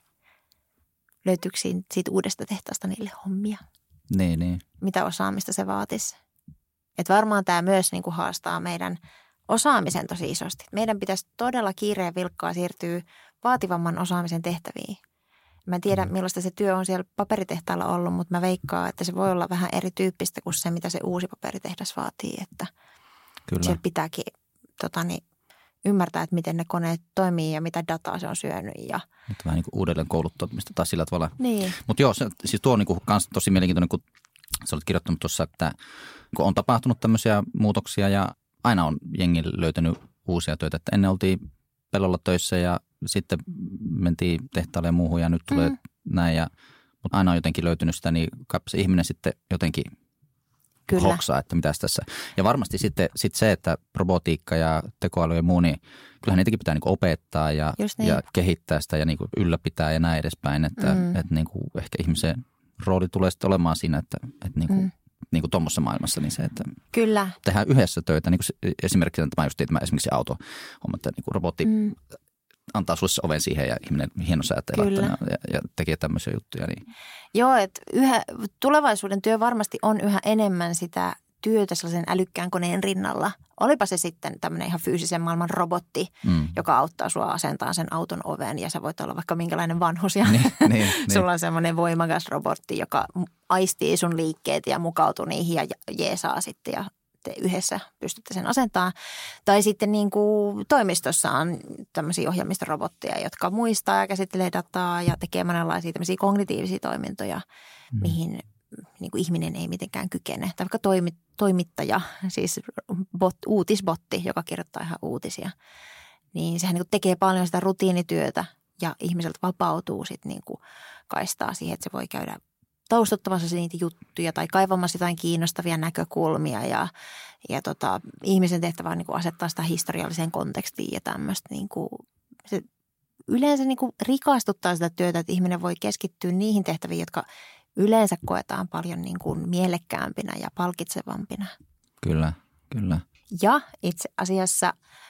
löytyykö siitä uudesta tehtaasta niille hommia? Niin, niin. Mitä osaamista se vaatisi. Että varmaan tämä myös niin kuin haastaa meidän osaamisen tosi isosti. Meidän pitäisi todella kiireen vilkkaa siirtyä vaativamman osaamisen tehtäviin. Mä en tiedä, millaista se työ on siellä paperitehtaalla ollut, mutta mä veikkaan, että se voi olla vähän erityyppistä kuin se, mitä se uusi paperitehdas vaatii. Että Kyllä. siellä pitääkin tota niin, ymmärtää, että miten ne koneet toimii ja mitä dataa se on syönyt. Ja nyt vähän niin kuin uudelleen kouluttamista tai sillä tavalla. Niin. Mutta joo, se, siis tuo on niin kuin kans tosi mielenkiintoinen, kun sä olet kirjoittanut tuossa, että kun on tapahtunut tämmöisiä muutoksia ja aina on jengi löytänyt uusia töitä. Että ennen oltiin pellolla töissä ja sitten mentiin tehtaalle ja muuhun ja nyt tulee mm. näin. Ja, mutta aina on jotenkin löytynyt sitä, niin se ihminen sitten jotenkin Kyllä. hoksaa, että mitäs tässä. Ja varmasti sitten sit se, että robotiikka ja tekoäly ja muu, niin kyllähän niitäkin pitää niinku opettaa ja, niin. ja kehittää sitä ja niinku ylläpitää ja näin edespäin. Että mm. et niinku ehkä ihmisen rooli tulee sitten olemaan siinä, että et niinku, mm. niinku tuommoisessa maailmassa niin se, että Kyllä. tehdään yhdessä töitä. Niin kuin esimerkiksi tämä just tämä esimerkiksi auto, että niinku robotti mm. antaa sulle se oven siihen ja ihminen hienosäätää ja, ja tekee tämmöisiä juttuja. Niin. Joo, että yhä, tulevaisuuden työ varmasti on yhä enemmän sitä työtä sellaisen älykkään koneen rinnalla. Olipa se sitten tämmöinen ihan fyysisen maailman robotti, mm. joka auttaa sua asentamaan sen auton oven ja sä voit olla vaikka minkälainen vanhus ja niin, niin, sulla niin. on semmoinen voimakas robotti, joka aistii sun liikkeet ja mukautuu niihin ja jeesaa sitten ja te yhdessä pystytte sen asentamaan. Tai sitten niin kuin toimistossa on tämmöisiä ohjelmistorobotteja, jotka muistaa ja käsittelee dataa ja tekee monenlaisia tämmöisiä kognitiivisia toimintoja, mm. mihin niin kuin ihminen ei mitenkään kykene. Tai vaikka toimi, toimittaja, siis bot, uutisbotti, joka kirjoittaa ihan uutisia, niin sehän niin kuin tekee paljon sitä rutiinityötä ja ihmiseltä vapautuu sitten niin kuin kaistaa siihen, että se voi käydä taustottamassa niitä juttuja tai kaivamassa jotain kiinnostavia näkökulmia ja, ja tota, ihmisen tehtävä on niin kuin asettaa sitä historialliseen kontekstiin ja tämmöistä. Niin kuin, se yleensä niin kuin rikastuttaa sitä työtä, että ihminen voi keskittyä niihin tehtäviin, jotka yleensä koetaan paljon niin kuin mielekkäämpinä ja palkitsevampina. Kyllä, kyllä. Ja itse asiassa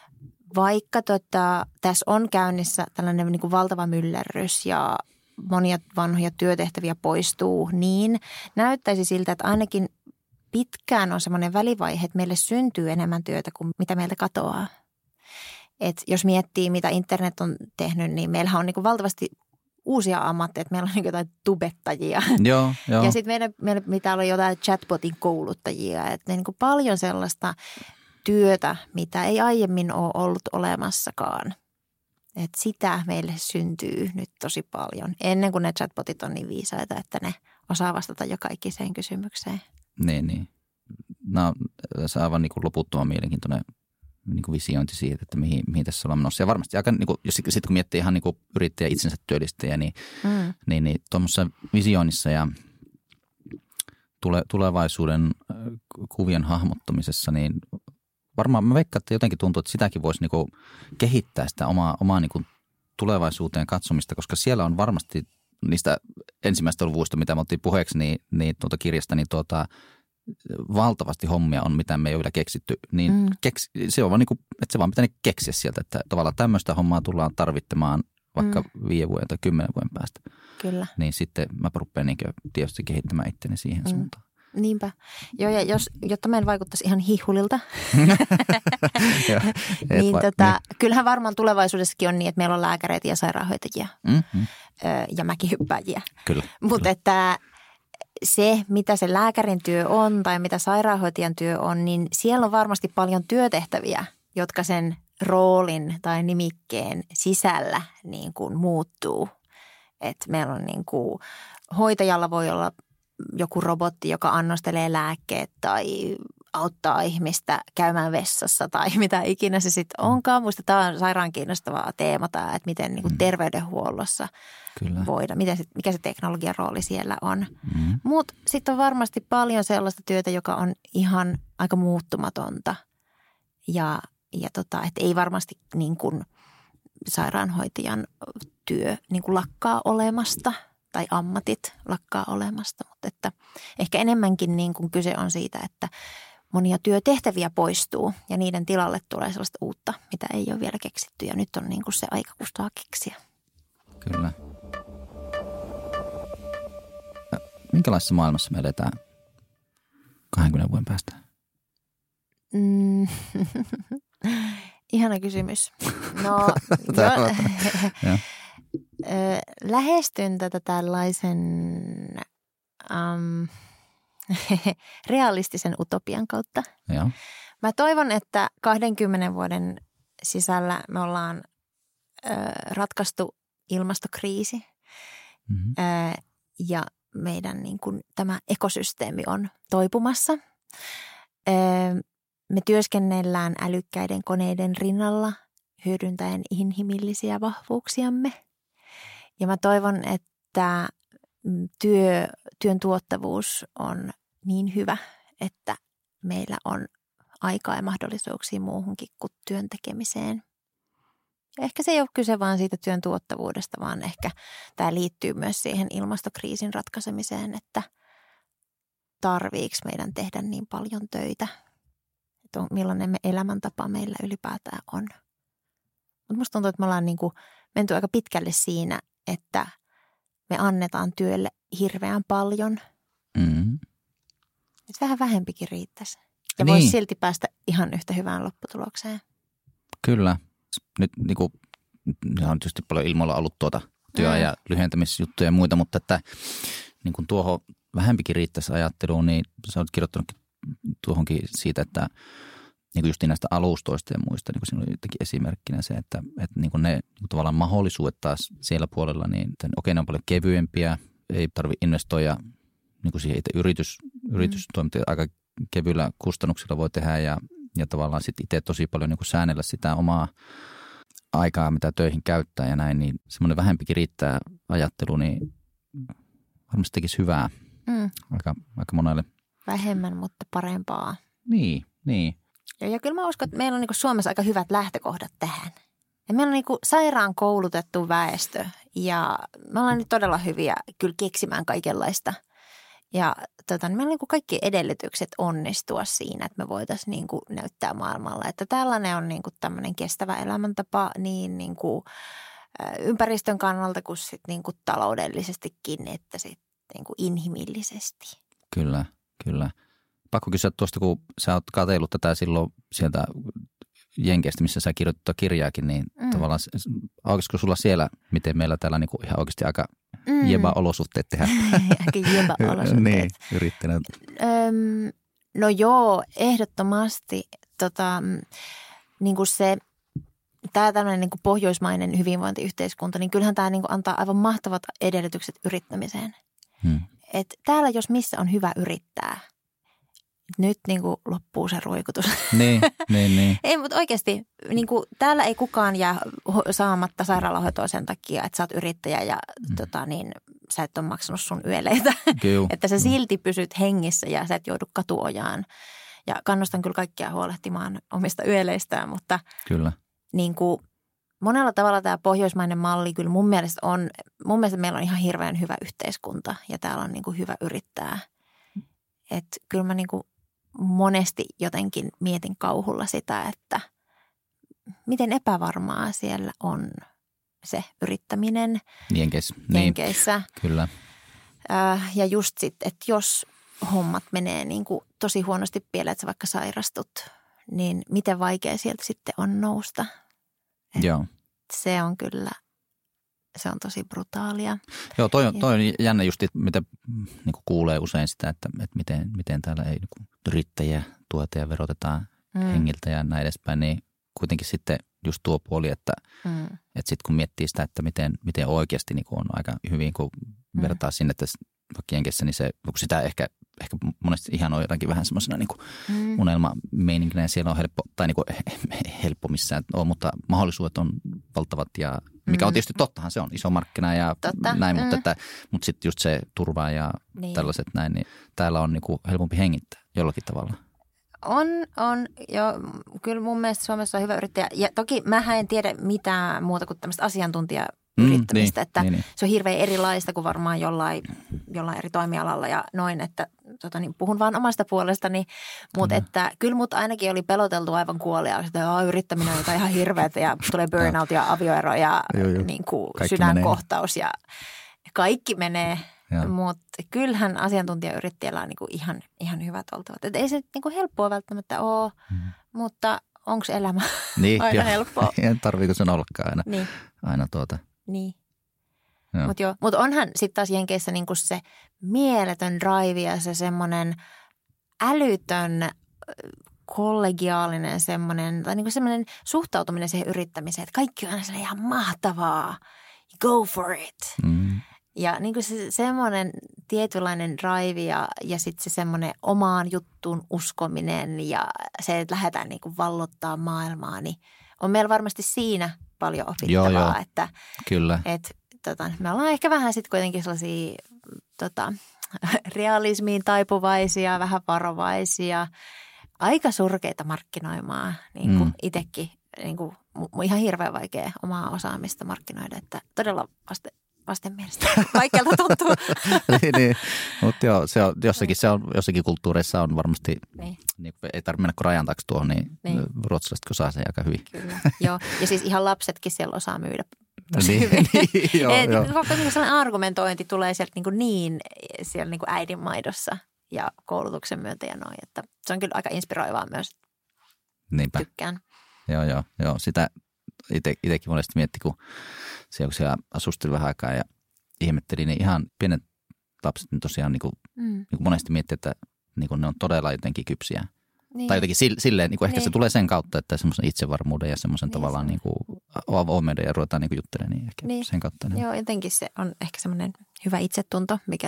vaikka tota, tässä on käynnissä tällainen niin kuin valtava myllerrys ja monia vanhoja työtehtäviä poistuu, niin näyttäisi siltä, että ainakin pitkään on semmoinen välivaihe, että meille syntyy enemmän työtä kuin mitä meiltä katoaa. Et jos miettii, mitä internet on tehnyt, niin meillähän on niin kuin valtavasti uusia ammatteja. Että meillä on niin jotain tubettajia. Joo, joo. Ja sitten meillä, meillä pitää olla jotain chatbotin kouluttajia. Että niin kuin paljon sellaista työtä, mitä ei aiemmin ole ollut olemassakaan. Että sitä meille syntyy nyt tosi paljon. Ennen kuin ne chatbotit on niin viisaita, että ne osaa vastata jo kaikkeen kysymykseen. Niin, niin. No, se on aivan niin kuin loputtoman mielenkiintoinen niin kuin visiointi siitä, että mihin, mihin tässä ollaan menossa. Ja varmasti aika, niin kuin, jos sitten kun miettii ihan niin kuin yrittäjä itsensä työllistäjä, niin, mm. niin, niin tuommoisessa visioinnissa ja tule, tulevaisuuden kuvien hahmottamisessa, niin varmaan mä veikkaan, että jotenkin tuntuu, että sitäkin voisi niin kuin kehittää sitä omaa, omaa niin kuin tulevaisuuteen katsomista, koska siellä on varmasti niistä ensimmäistä luvuista, mitä me otettiin puheeksi, niin, niin tuota kirjasta, niin tuota, valtavasti hommia on, mitä me ei ole vielä keksitty. Niin mm. keks, se on vaan niin kuin, että se vaan pitää keksiä sieltä, että tavallaan tämmöistä hommaa tullaan tarvittamaan vaikka mm. viiden vuoden tai kymmenen vuoden päästä. Kyllä. Niin sitten mä rupean niin tietysti kehittämään itteni siihen mm. suuntaan. Niinpä. Joo, ja jos, jotta meidän vaikuttaisi ihan hihulilta, ja, niin va- tota, niin. kyllähän varmaan tulevaisuudessakin on niin, että meillä on lääkäreitä ja sairaanhoitajia mm-hmm. ja mäkihyppääjiä. Kyllä. Mutta että se, mitä se lääkärin työ on tai mitä sairaanhoitajan työ on, niin siellä on varmasti paljon työtehtäviä, jotka sen roolin tai nimikkeen sisällä niin kuin muuttuu. Että meillä on niin kuin, hoitajalla voi olla joku robotti, joka annostelee lääkkeet tai auttaa ihmistä käymään vessassa tai mitä ikinä se sitten onkaan. Musta tämä on sairaan kiinnostava teema tämä, että miten niin kuin terveydenhuollossa Kyllä. voidaan, miten se, mikä se teknologian rooli siellä on. Mm. Mutta sitten on varmasti paljon sellaista työtä, joka on ihan aika muuttumatonta ja, ja tota, että ei varmasti niin kuin sairaanhoitajan työ niin kuin lakkaa olemasta tai ammatit lakkaa olemasta, mutta että ehkä enemmänkin niin kuin kyse on siitä, että monia työtehtäviä poistuu ja niiden tilalle tulee sellaista uutta, mitä ei ole vielä keksitty ja nyt on niin kuin se aika kustaa keksiä. Kyllä. Minkälaisessa maailmassa me eletään kahdenkymmenen vuoden päästä? Mm. Ihana kysymys. No, jo, lähestyn tätä tällaisen um, realistisen utopian kautta. Joo. Mä toivon, että kahdenkymmenen vuoden sisällä me ollaan ö, ratkaistu ilmastokriisi mm-hmm. ö, ja meidän niin kuin, tämä ekosysteemi on toipumassa. Ö, me työskennellään älykkäiden koneiden rinnalla hyödyntäen inhimillisiä vahvuuksiamme. Ja mä toivon, että työ, työn tuottavuus on niin hyvä, että meillä on aikaa ja mahdollisuuksia muuhunkin kuin työn tekemiseen. Ja ehkä se ei ole kyse vaan siitä työn tuottavuudesta, vaan ehkä tämä liittyy myös siihen ilmastokriisin ratkaisemiseen, että tarviiko meidän tehdä niin paljon töitä, että on, millainen me elämäntapa meillä ylipäätään on. Mutta musta tuntuu, että me ollaan niin kuin menty aika pitkälle siinä, että me annetaan työlle hirveän paljon. Mm. Että vähän vähempikin riittäisi. Ja niin. voisi silti päästä ihan yhtä hyvään lopputulokseen. Kyllä. Nyt niin kuin, on tietysti paljon ilmoilla ollut tuota työ- mm. ja lyhentämisjuttuja ja muita, mutta että niin kuin tuohon vähempikin riittäisi ajatteluun, niin sä olet kirjoittanut tuohonkin siitä, että niin kuin just näistä alustoista ja muista, niin kuin siinä oli jotenkin esimerkkinä se, että, että niin kuin ne niin kuin tavallaan mahdollisuudet taas siellä puolella, niin että, okei, ne on paljon kevyempiä, ei tarvitse investoida niin kuin siihen itse yritys, mm. yritystoimintaa aika kevyillä kustannuksilla voi tehdä ja, ja tavallaan sitten itse tosi paljon niin kuin säännellä sitä omaa aikaa, mitä töihin käyttää ja näin, niin semmoinen vähempikin riittää ajattelu, niin varmasti tekisi hyvää mm. aika, aika monelle. Vähemmän, mutta parempaa. Niin, niin. Ja, ja kyllä mä uskon, että meillä on niin kuin Suomessa aika hyvät lähtökohdat tähän. Ja meillä on niin kuin sairaan koulutettu väestö ja me ollaan nyt todella hyviä kyllä keksimään kaikenlaista. Ja tota, niin meillä on niin kuin kaikki edellytykset onnistua siinä, että me voitaisiin niin kuin näyttää maailmalla, että tällainen on niin kuin tämmöinen kestävä elämäntapa niin, niin kuin ympäristön kannalta kuin sit niin kuin taloudellisestikin, että sitten niin kuin inhimillisesti. Kyllä, kyllä. pakko kysyä tuosta, kun sä oot katsellut tätä silloin sieltä Jenkeistä, missä sä kirjoittaa kirjaakin, niin mm. tavallaan aukisiko sulla siellä, miten meillä täällä niinku ihan oikeasti aika mm. jeba-olosuhteet tehdään? Aika jeba-olosuhteet. Niin, yrittänyt. Öm, no joo, ehdottomasti tota, niin kuin se, tämä tämmöinen niin kuin pohjoismainen hyvinvointiyhteiskunta, niin kyllähän tämä niin kuin antaa aivan mahtavat edellytykset yrittämiseen. Hmm. Et täällä jos missä on hyvä yrittää. Nyt niin kuin loppuu se ruikutus. Niin, niin, niin. Ei, mutta oikeasti niin kuin, täällä ei kukaan jää saamatta sairaalahoitoa sen takia, että sä oot yrittäjä ja mm. tota, niin, sä et ole maksanut sun yöleitä. Että sä silti pysyt hengissä ja sä et joudu katuojaan. Ja kannustan kyllä kaikkia huolehtimaan omista yöleistään, mutta kyllä. Niin kuin, monella tavalla tämä pohjoismainen malli kyllä mun mielestä on, mun mielestä meillä on ihan hirveän hyvä yhteiskunta ja täällä on niin kuin hyvä yrittää. Että kyllä mä niin kuin monesti jotenkin mietin kauhulla sitä, että miten epävarmaa siellä on se yrittäminen. Jenkeissä. Jenkeissä. Niin, kyllä. Äh, ja just sitten, että jos hommat menee niin kuin tosi huonosti pieleen, että sä vaikka sairastut, niin miten vaikea sieltä sitten on nousta. Et Joo. Se on kyllä, se on tosi brutaalia. Joo, toi on, toi on jännä just, mitä niin kuin kuulee usein sitä, että, että miten, miten täällä ei niin kuin yrittäjiä tueta ja verotetaan mm. hengiltä ja näin edespäin, niin kuitenkin sitten just tuo puoli, että, mm. että sitten kun miettii sitä, että miten, miten oikeasti niin kuin on aika hyvin, kun vertaa mm. sinne, että vaikka Jenkeissä, niin se, kun sitä ehkä, ehkä monesti ihan on jotakin vähän semmoisena niin kuin mm. unelmameininkinä ja siellä on helppo, tai niin kuin helppo missään ole, mutta mahdollisuudet on valtavat ja mikä on tietysti tottahan, se on iso markkina ja Totta. näin, mm. mutta, että, mutta sitten just se turva ja niin. tällaiset näin, niin täällä on niin kuin helpompi hengittää jollakin tavalla. On, on. Joo, kyllä mun mielestä Suomessa on hyvä yrittäjä. Ja toki mä en tiedä mitään muuta kuin tämmöistä asiantuntijayrittämistä, mm, että niin, niin. se on hirveän erilaista kuin varmaan jollain, jollain eri toimialalla ja noin, että tota, niin, puhun vaan omasta puolestani, mutta mm. että kyllä mut ainakin oli peloteltu aivan kuoliaaksi, että yrittäminen on jotain ihan hirveätä ja tulee burnout ja avioero ja joo, joo. Niin kuin sydänkohtaus menee. Ja kaikki menee. Mutta kyllähän asiantuntijayrittäjällä on niinku ihan, ihan hyvät oltavat. Et ei se niinku helppoa välttämättä ole, mm. mutta onko elämä niin, aina jo. helppoa? Ei tarviiko sen ollakaan aina, niin. aina tuota. Niin. Mutta mut onhan sitten taas Jenkeissä niinku se mieletön drive ja se semmoinen älytön kollegiaalinen semmoinen, tai niinku semmoinen suhtautuminen siihen yrittämiseen, että kaikki on aina ihan mahtavaa. Go for it. Mm. Ja niin kuin se semmoinen tietynlainen drive ja, ja sitten se semmoinen omaan juttuun uskominen ja se, että lähdetään niin kuin vallottaa maailmaa, niin on meillä varmasti siinä paljon opittavaa. Joo, joo. Että, Kyllä. Että, tota, me ollaan ehkä vähän sitten kuitenkin sellaisia tota, realismiin taipuvaisia, vähän varovaisia, aika surkeita markkinoimaan niin kuin mm. itsekin. Niin kuin, ihan hirveän vaikea omaa osaamista markkinoida, että todella vasta vasten mielestä vaikealta tuntuu. niin, niin. Mutta joo, se on, jossakin, se on, jossakin kulttuureissa on varmasti, niin. Niin, ei tarvitse mennä kuin rajan taakse tuohon, niin, niin. ruotsalaiset osaa sen aika hyvin. Kyllä, joo. Ja siis ihan lapsetkin siellä osaa myydä tosi niin, hyvin. niin, joo, Et, joo. Koko sellainen argumentointi tulee sieltä niin, kuin niin siellä niin kuin äidinmaidossa ja koulutuksen myötä ja noin. Että se on kyllä aika inspiroivaa myös. Niinpä. Tykkään. Joo, joo, joo. Sitä ite, itekin monesti mietti, kun siellä, kun siellä asusteli vähän aikaa ja ihmetteli, niin ihan pienet lapset niin tosiaan niin kuin, mm. niin kuin monesti miettii, että niin kuin ne on todella jotenkin kypsiä. Niin. Tai jotenkin silleen, niin kuin ehkä niin. se tulee sen kautta, että semmoisen itsevarmuuden ja semmoisen niin tavallaan niin kuin avoimuuden ja ruvetaan niin kuin juttelemaan, niin ehkä niin. sen kautta. Niin. Joo, jotenkin se on ehkä semmoinen hyvä itsetunto, mikä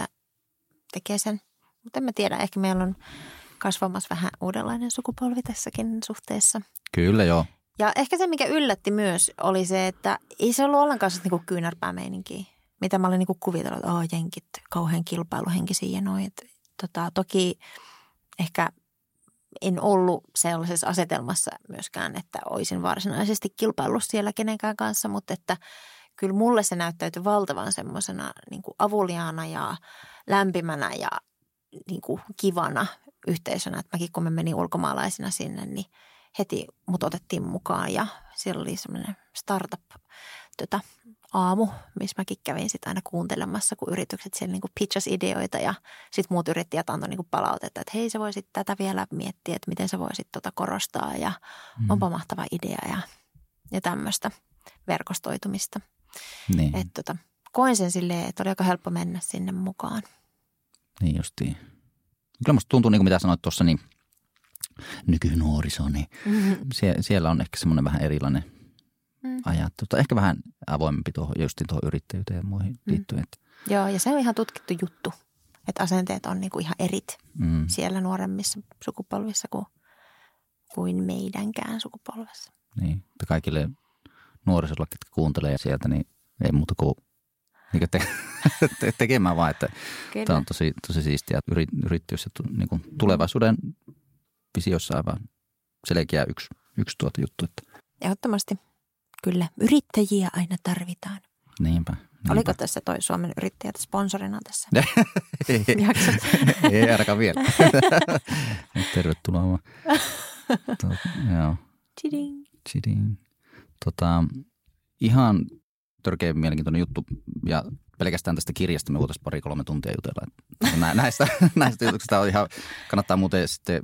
tekee sen. Mutta en mä tiedä, ehkä meillä on kasvamassa vähän uudenlainen sukupolvi tässäkin suhteessa. Kyllä, joo. Ja ehkä se, mikä yllätti myös, oli se, että ei se ollut ollenkaan se niinku kyynärpäämeininkiä, mitä mä olin niinku kuvitellut, että oh, jenkit, kauhean kilpailuhenkisiä ja noin. Tota, toki ehkä en ollut sellaisessa asetelmassa myöskään, että olisin varsinaisesti kilpaillut siellä kenenkään kanssa, mutta että kyllä mulle se näyttäytyi valtavan semmoisena niinku avuliaana ja lämpimänä ja niinku kivana yhteisönä. Että mäkin kun me menin ulkomaalaisina sinne, niin heti mut otettiin mukaan ja siellä oli semmoinen startup tota, aamu, missä mäkin kävin sitten aina kuuntelemassa, kun yritykset siellä niinku pitchas ideoita ja sitten muut yrittäjät antoi niinku palautetta, että hei, sä voisit tätä vielä miettiä, että miten sä voisit tota korostaa ja mm. onpa mahtava idea ja, ja tämmöistä verkostoitumista. Niin. Että tota, koin sen silleen, että oli aika helppo mennä sinne mukaan. Niin justiin. Kyllä musta tuntuu, niin kuin mitä sanoit tuossa, niin nykynuoriso, niin mm-hmm. sie, siellä on ehkä semmoinen vähän erilainen mm. ajattelu. Ehkä vähän avoimempi tuohon, justiin tuohon yrittäjyyteen ja muihin mm. liittyen. Joo, ja se on ihan tutkittu juttu, että asenteet on niinku ihan erit mm. siellä nuoremmissa sukupolvissa kuin, kuin meidänkään sukupolvessa. Niin, että kaikille nuorisolla, ketkä kuuntelee sieltä, niin ei muuta kuin niin te, te, tekemään vaan, että Kyllä. Tämä on tosi, tosi siistiä yrittäjyys ja niin kuin tulevaisuuden visiossa aivan selkeä yksi, yksi tuota juttu. Että. Ehdottomasti. Kyllä, yrittäjiä aina tarvitaan. Niinpä. niinpä. Oliko tässä toi Suomen yrittäjät sponsorina tässä ei, ei ainakaan vielä. Tervetuloa vaan. To, joo. Chiding. Chiding. Tota, ihan törkeä mielenkiintoinen juttu ja pelkästään tästä kirjasta me voitaisiin pari kolme tuntia jutella. Nä, näistä, näistä jutuksista on ihan, kannattaa muuten sitten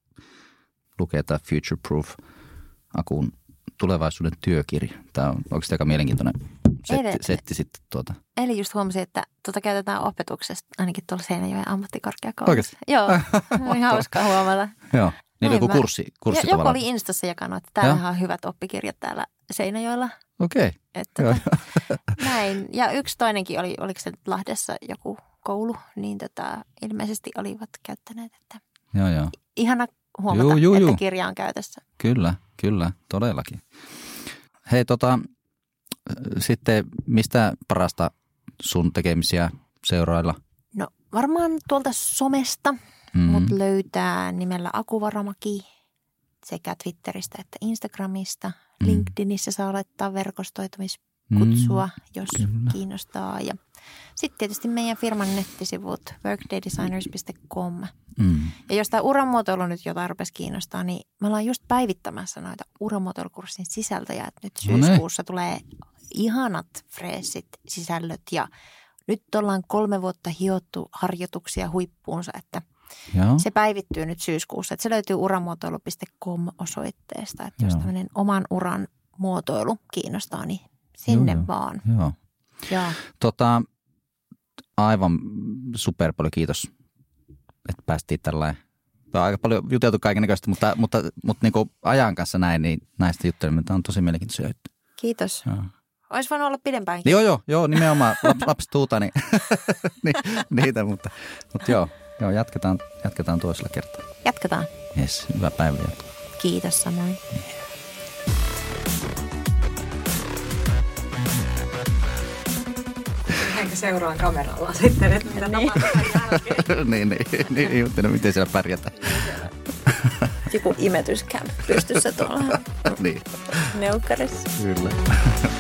lukea tämä Future Proof Akun tulevaisuuden työkirja. Tämä on oikeasti aika mielenkiintoinen setti, eli, setti sitten tuota. Eli just huomasin, että tuota käytetään opetuksesta ainakin tuolla Seinäjoen ammattikorkeakoulussa. Oikeasti? Joo, on ihan hauskaa huomata. Joo, niillä joku kurssi, kurssi joku tavallaan. Oli Instassa jakanut, että täällä on hyvät oppikirjat täällä Seinäjoella. Okei. Okay. Näin. Ja yksi toinenkin oli, oliko se Lahdessa joku koulu, niin tota, ilmeisesti olivat käyttäneet, että joo, joo. ihana huomata, juu, juu, että juu. kirja on käytössä. Kyllä, kyllä, todellakin. Hei tota, sitten mistä parasta sun tekemisiä seurailla? No varmaan tuolta somesta, mm-hmm. mut löytää nimellä Akuvaramaki sekä Twitteristä että Instagramista. Mm. LinkedInissä saa laittaa verkostoitumiskutsua, mm, jos kyllä. kiinnostaa. Ja sitten tietysti meidän firman nettisivut workday designers piste com. Mm. Ja jos tämä uramuotoilu nyt jotain rupesi kiinnostaa, niin me ollaan just päivittämässä noita uramuotoilukurssin sisältöjä. Että nyt syyskuussa no tulee ihanat freesit sisällöt ja nyt ollaan kolme vuotta hiottu harjoituksia huippuunsa, että Joo. se päivittyy nyt syyskuussa. Että se löytyy uramuotoilu piste com osoitteesta, että jos Joo. tämmöinen oman uran muotoilu kiinnostaa, niin sinne Joo. vaan. Joo. Joo. Tota, aivan super paljon kiitos, että päästiin tällainen. Tämä on aika paljon juteltu kaikennäköistä, mutta, mutta, mutta niin kuin ajan kanssa näin, niin näistä juttelemme. Tämä on tosi mielenkiintoisia juttuja. Kiitos. Joo. Olisi voinut olla pidempäänkin. Joo, joo, joo nimenomaan laps, lapset huutaa, niin niitä, mutta, mutta joo, joo jatketaan, jatketaan toisella kertaa. Jatketaan. Jes, hyvää päivää. Kiitos samoin. Enkä seuraan kameralla sitten, että mitä tapahtuu. niin, niin, niin, juttelin, miten siellä pärjätään. Joku imetyskämp pystyssä tuolla niin. neukkarissa. Kyllä.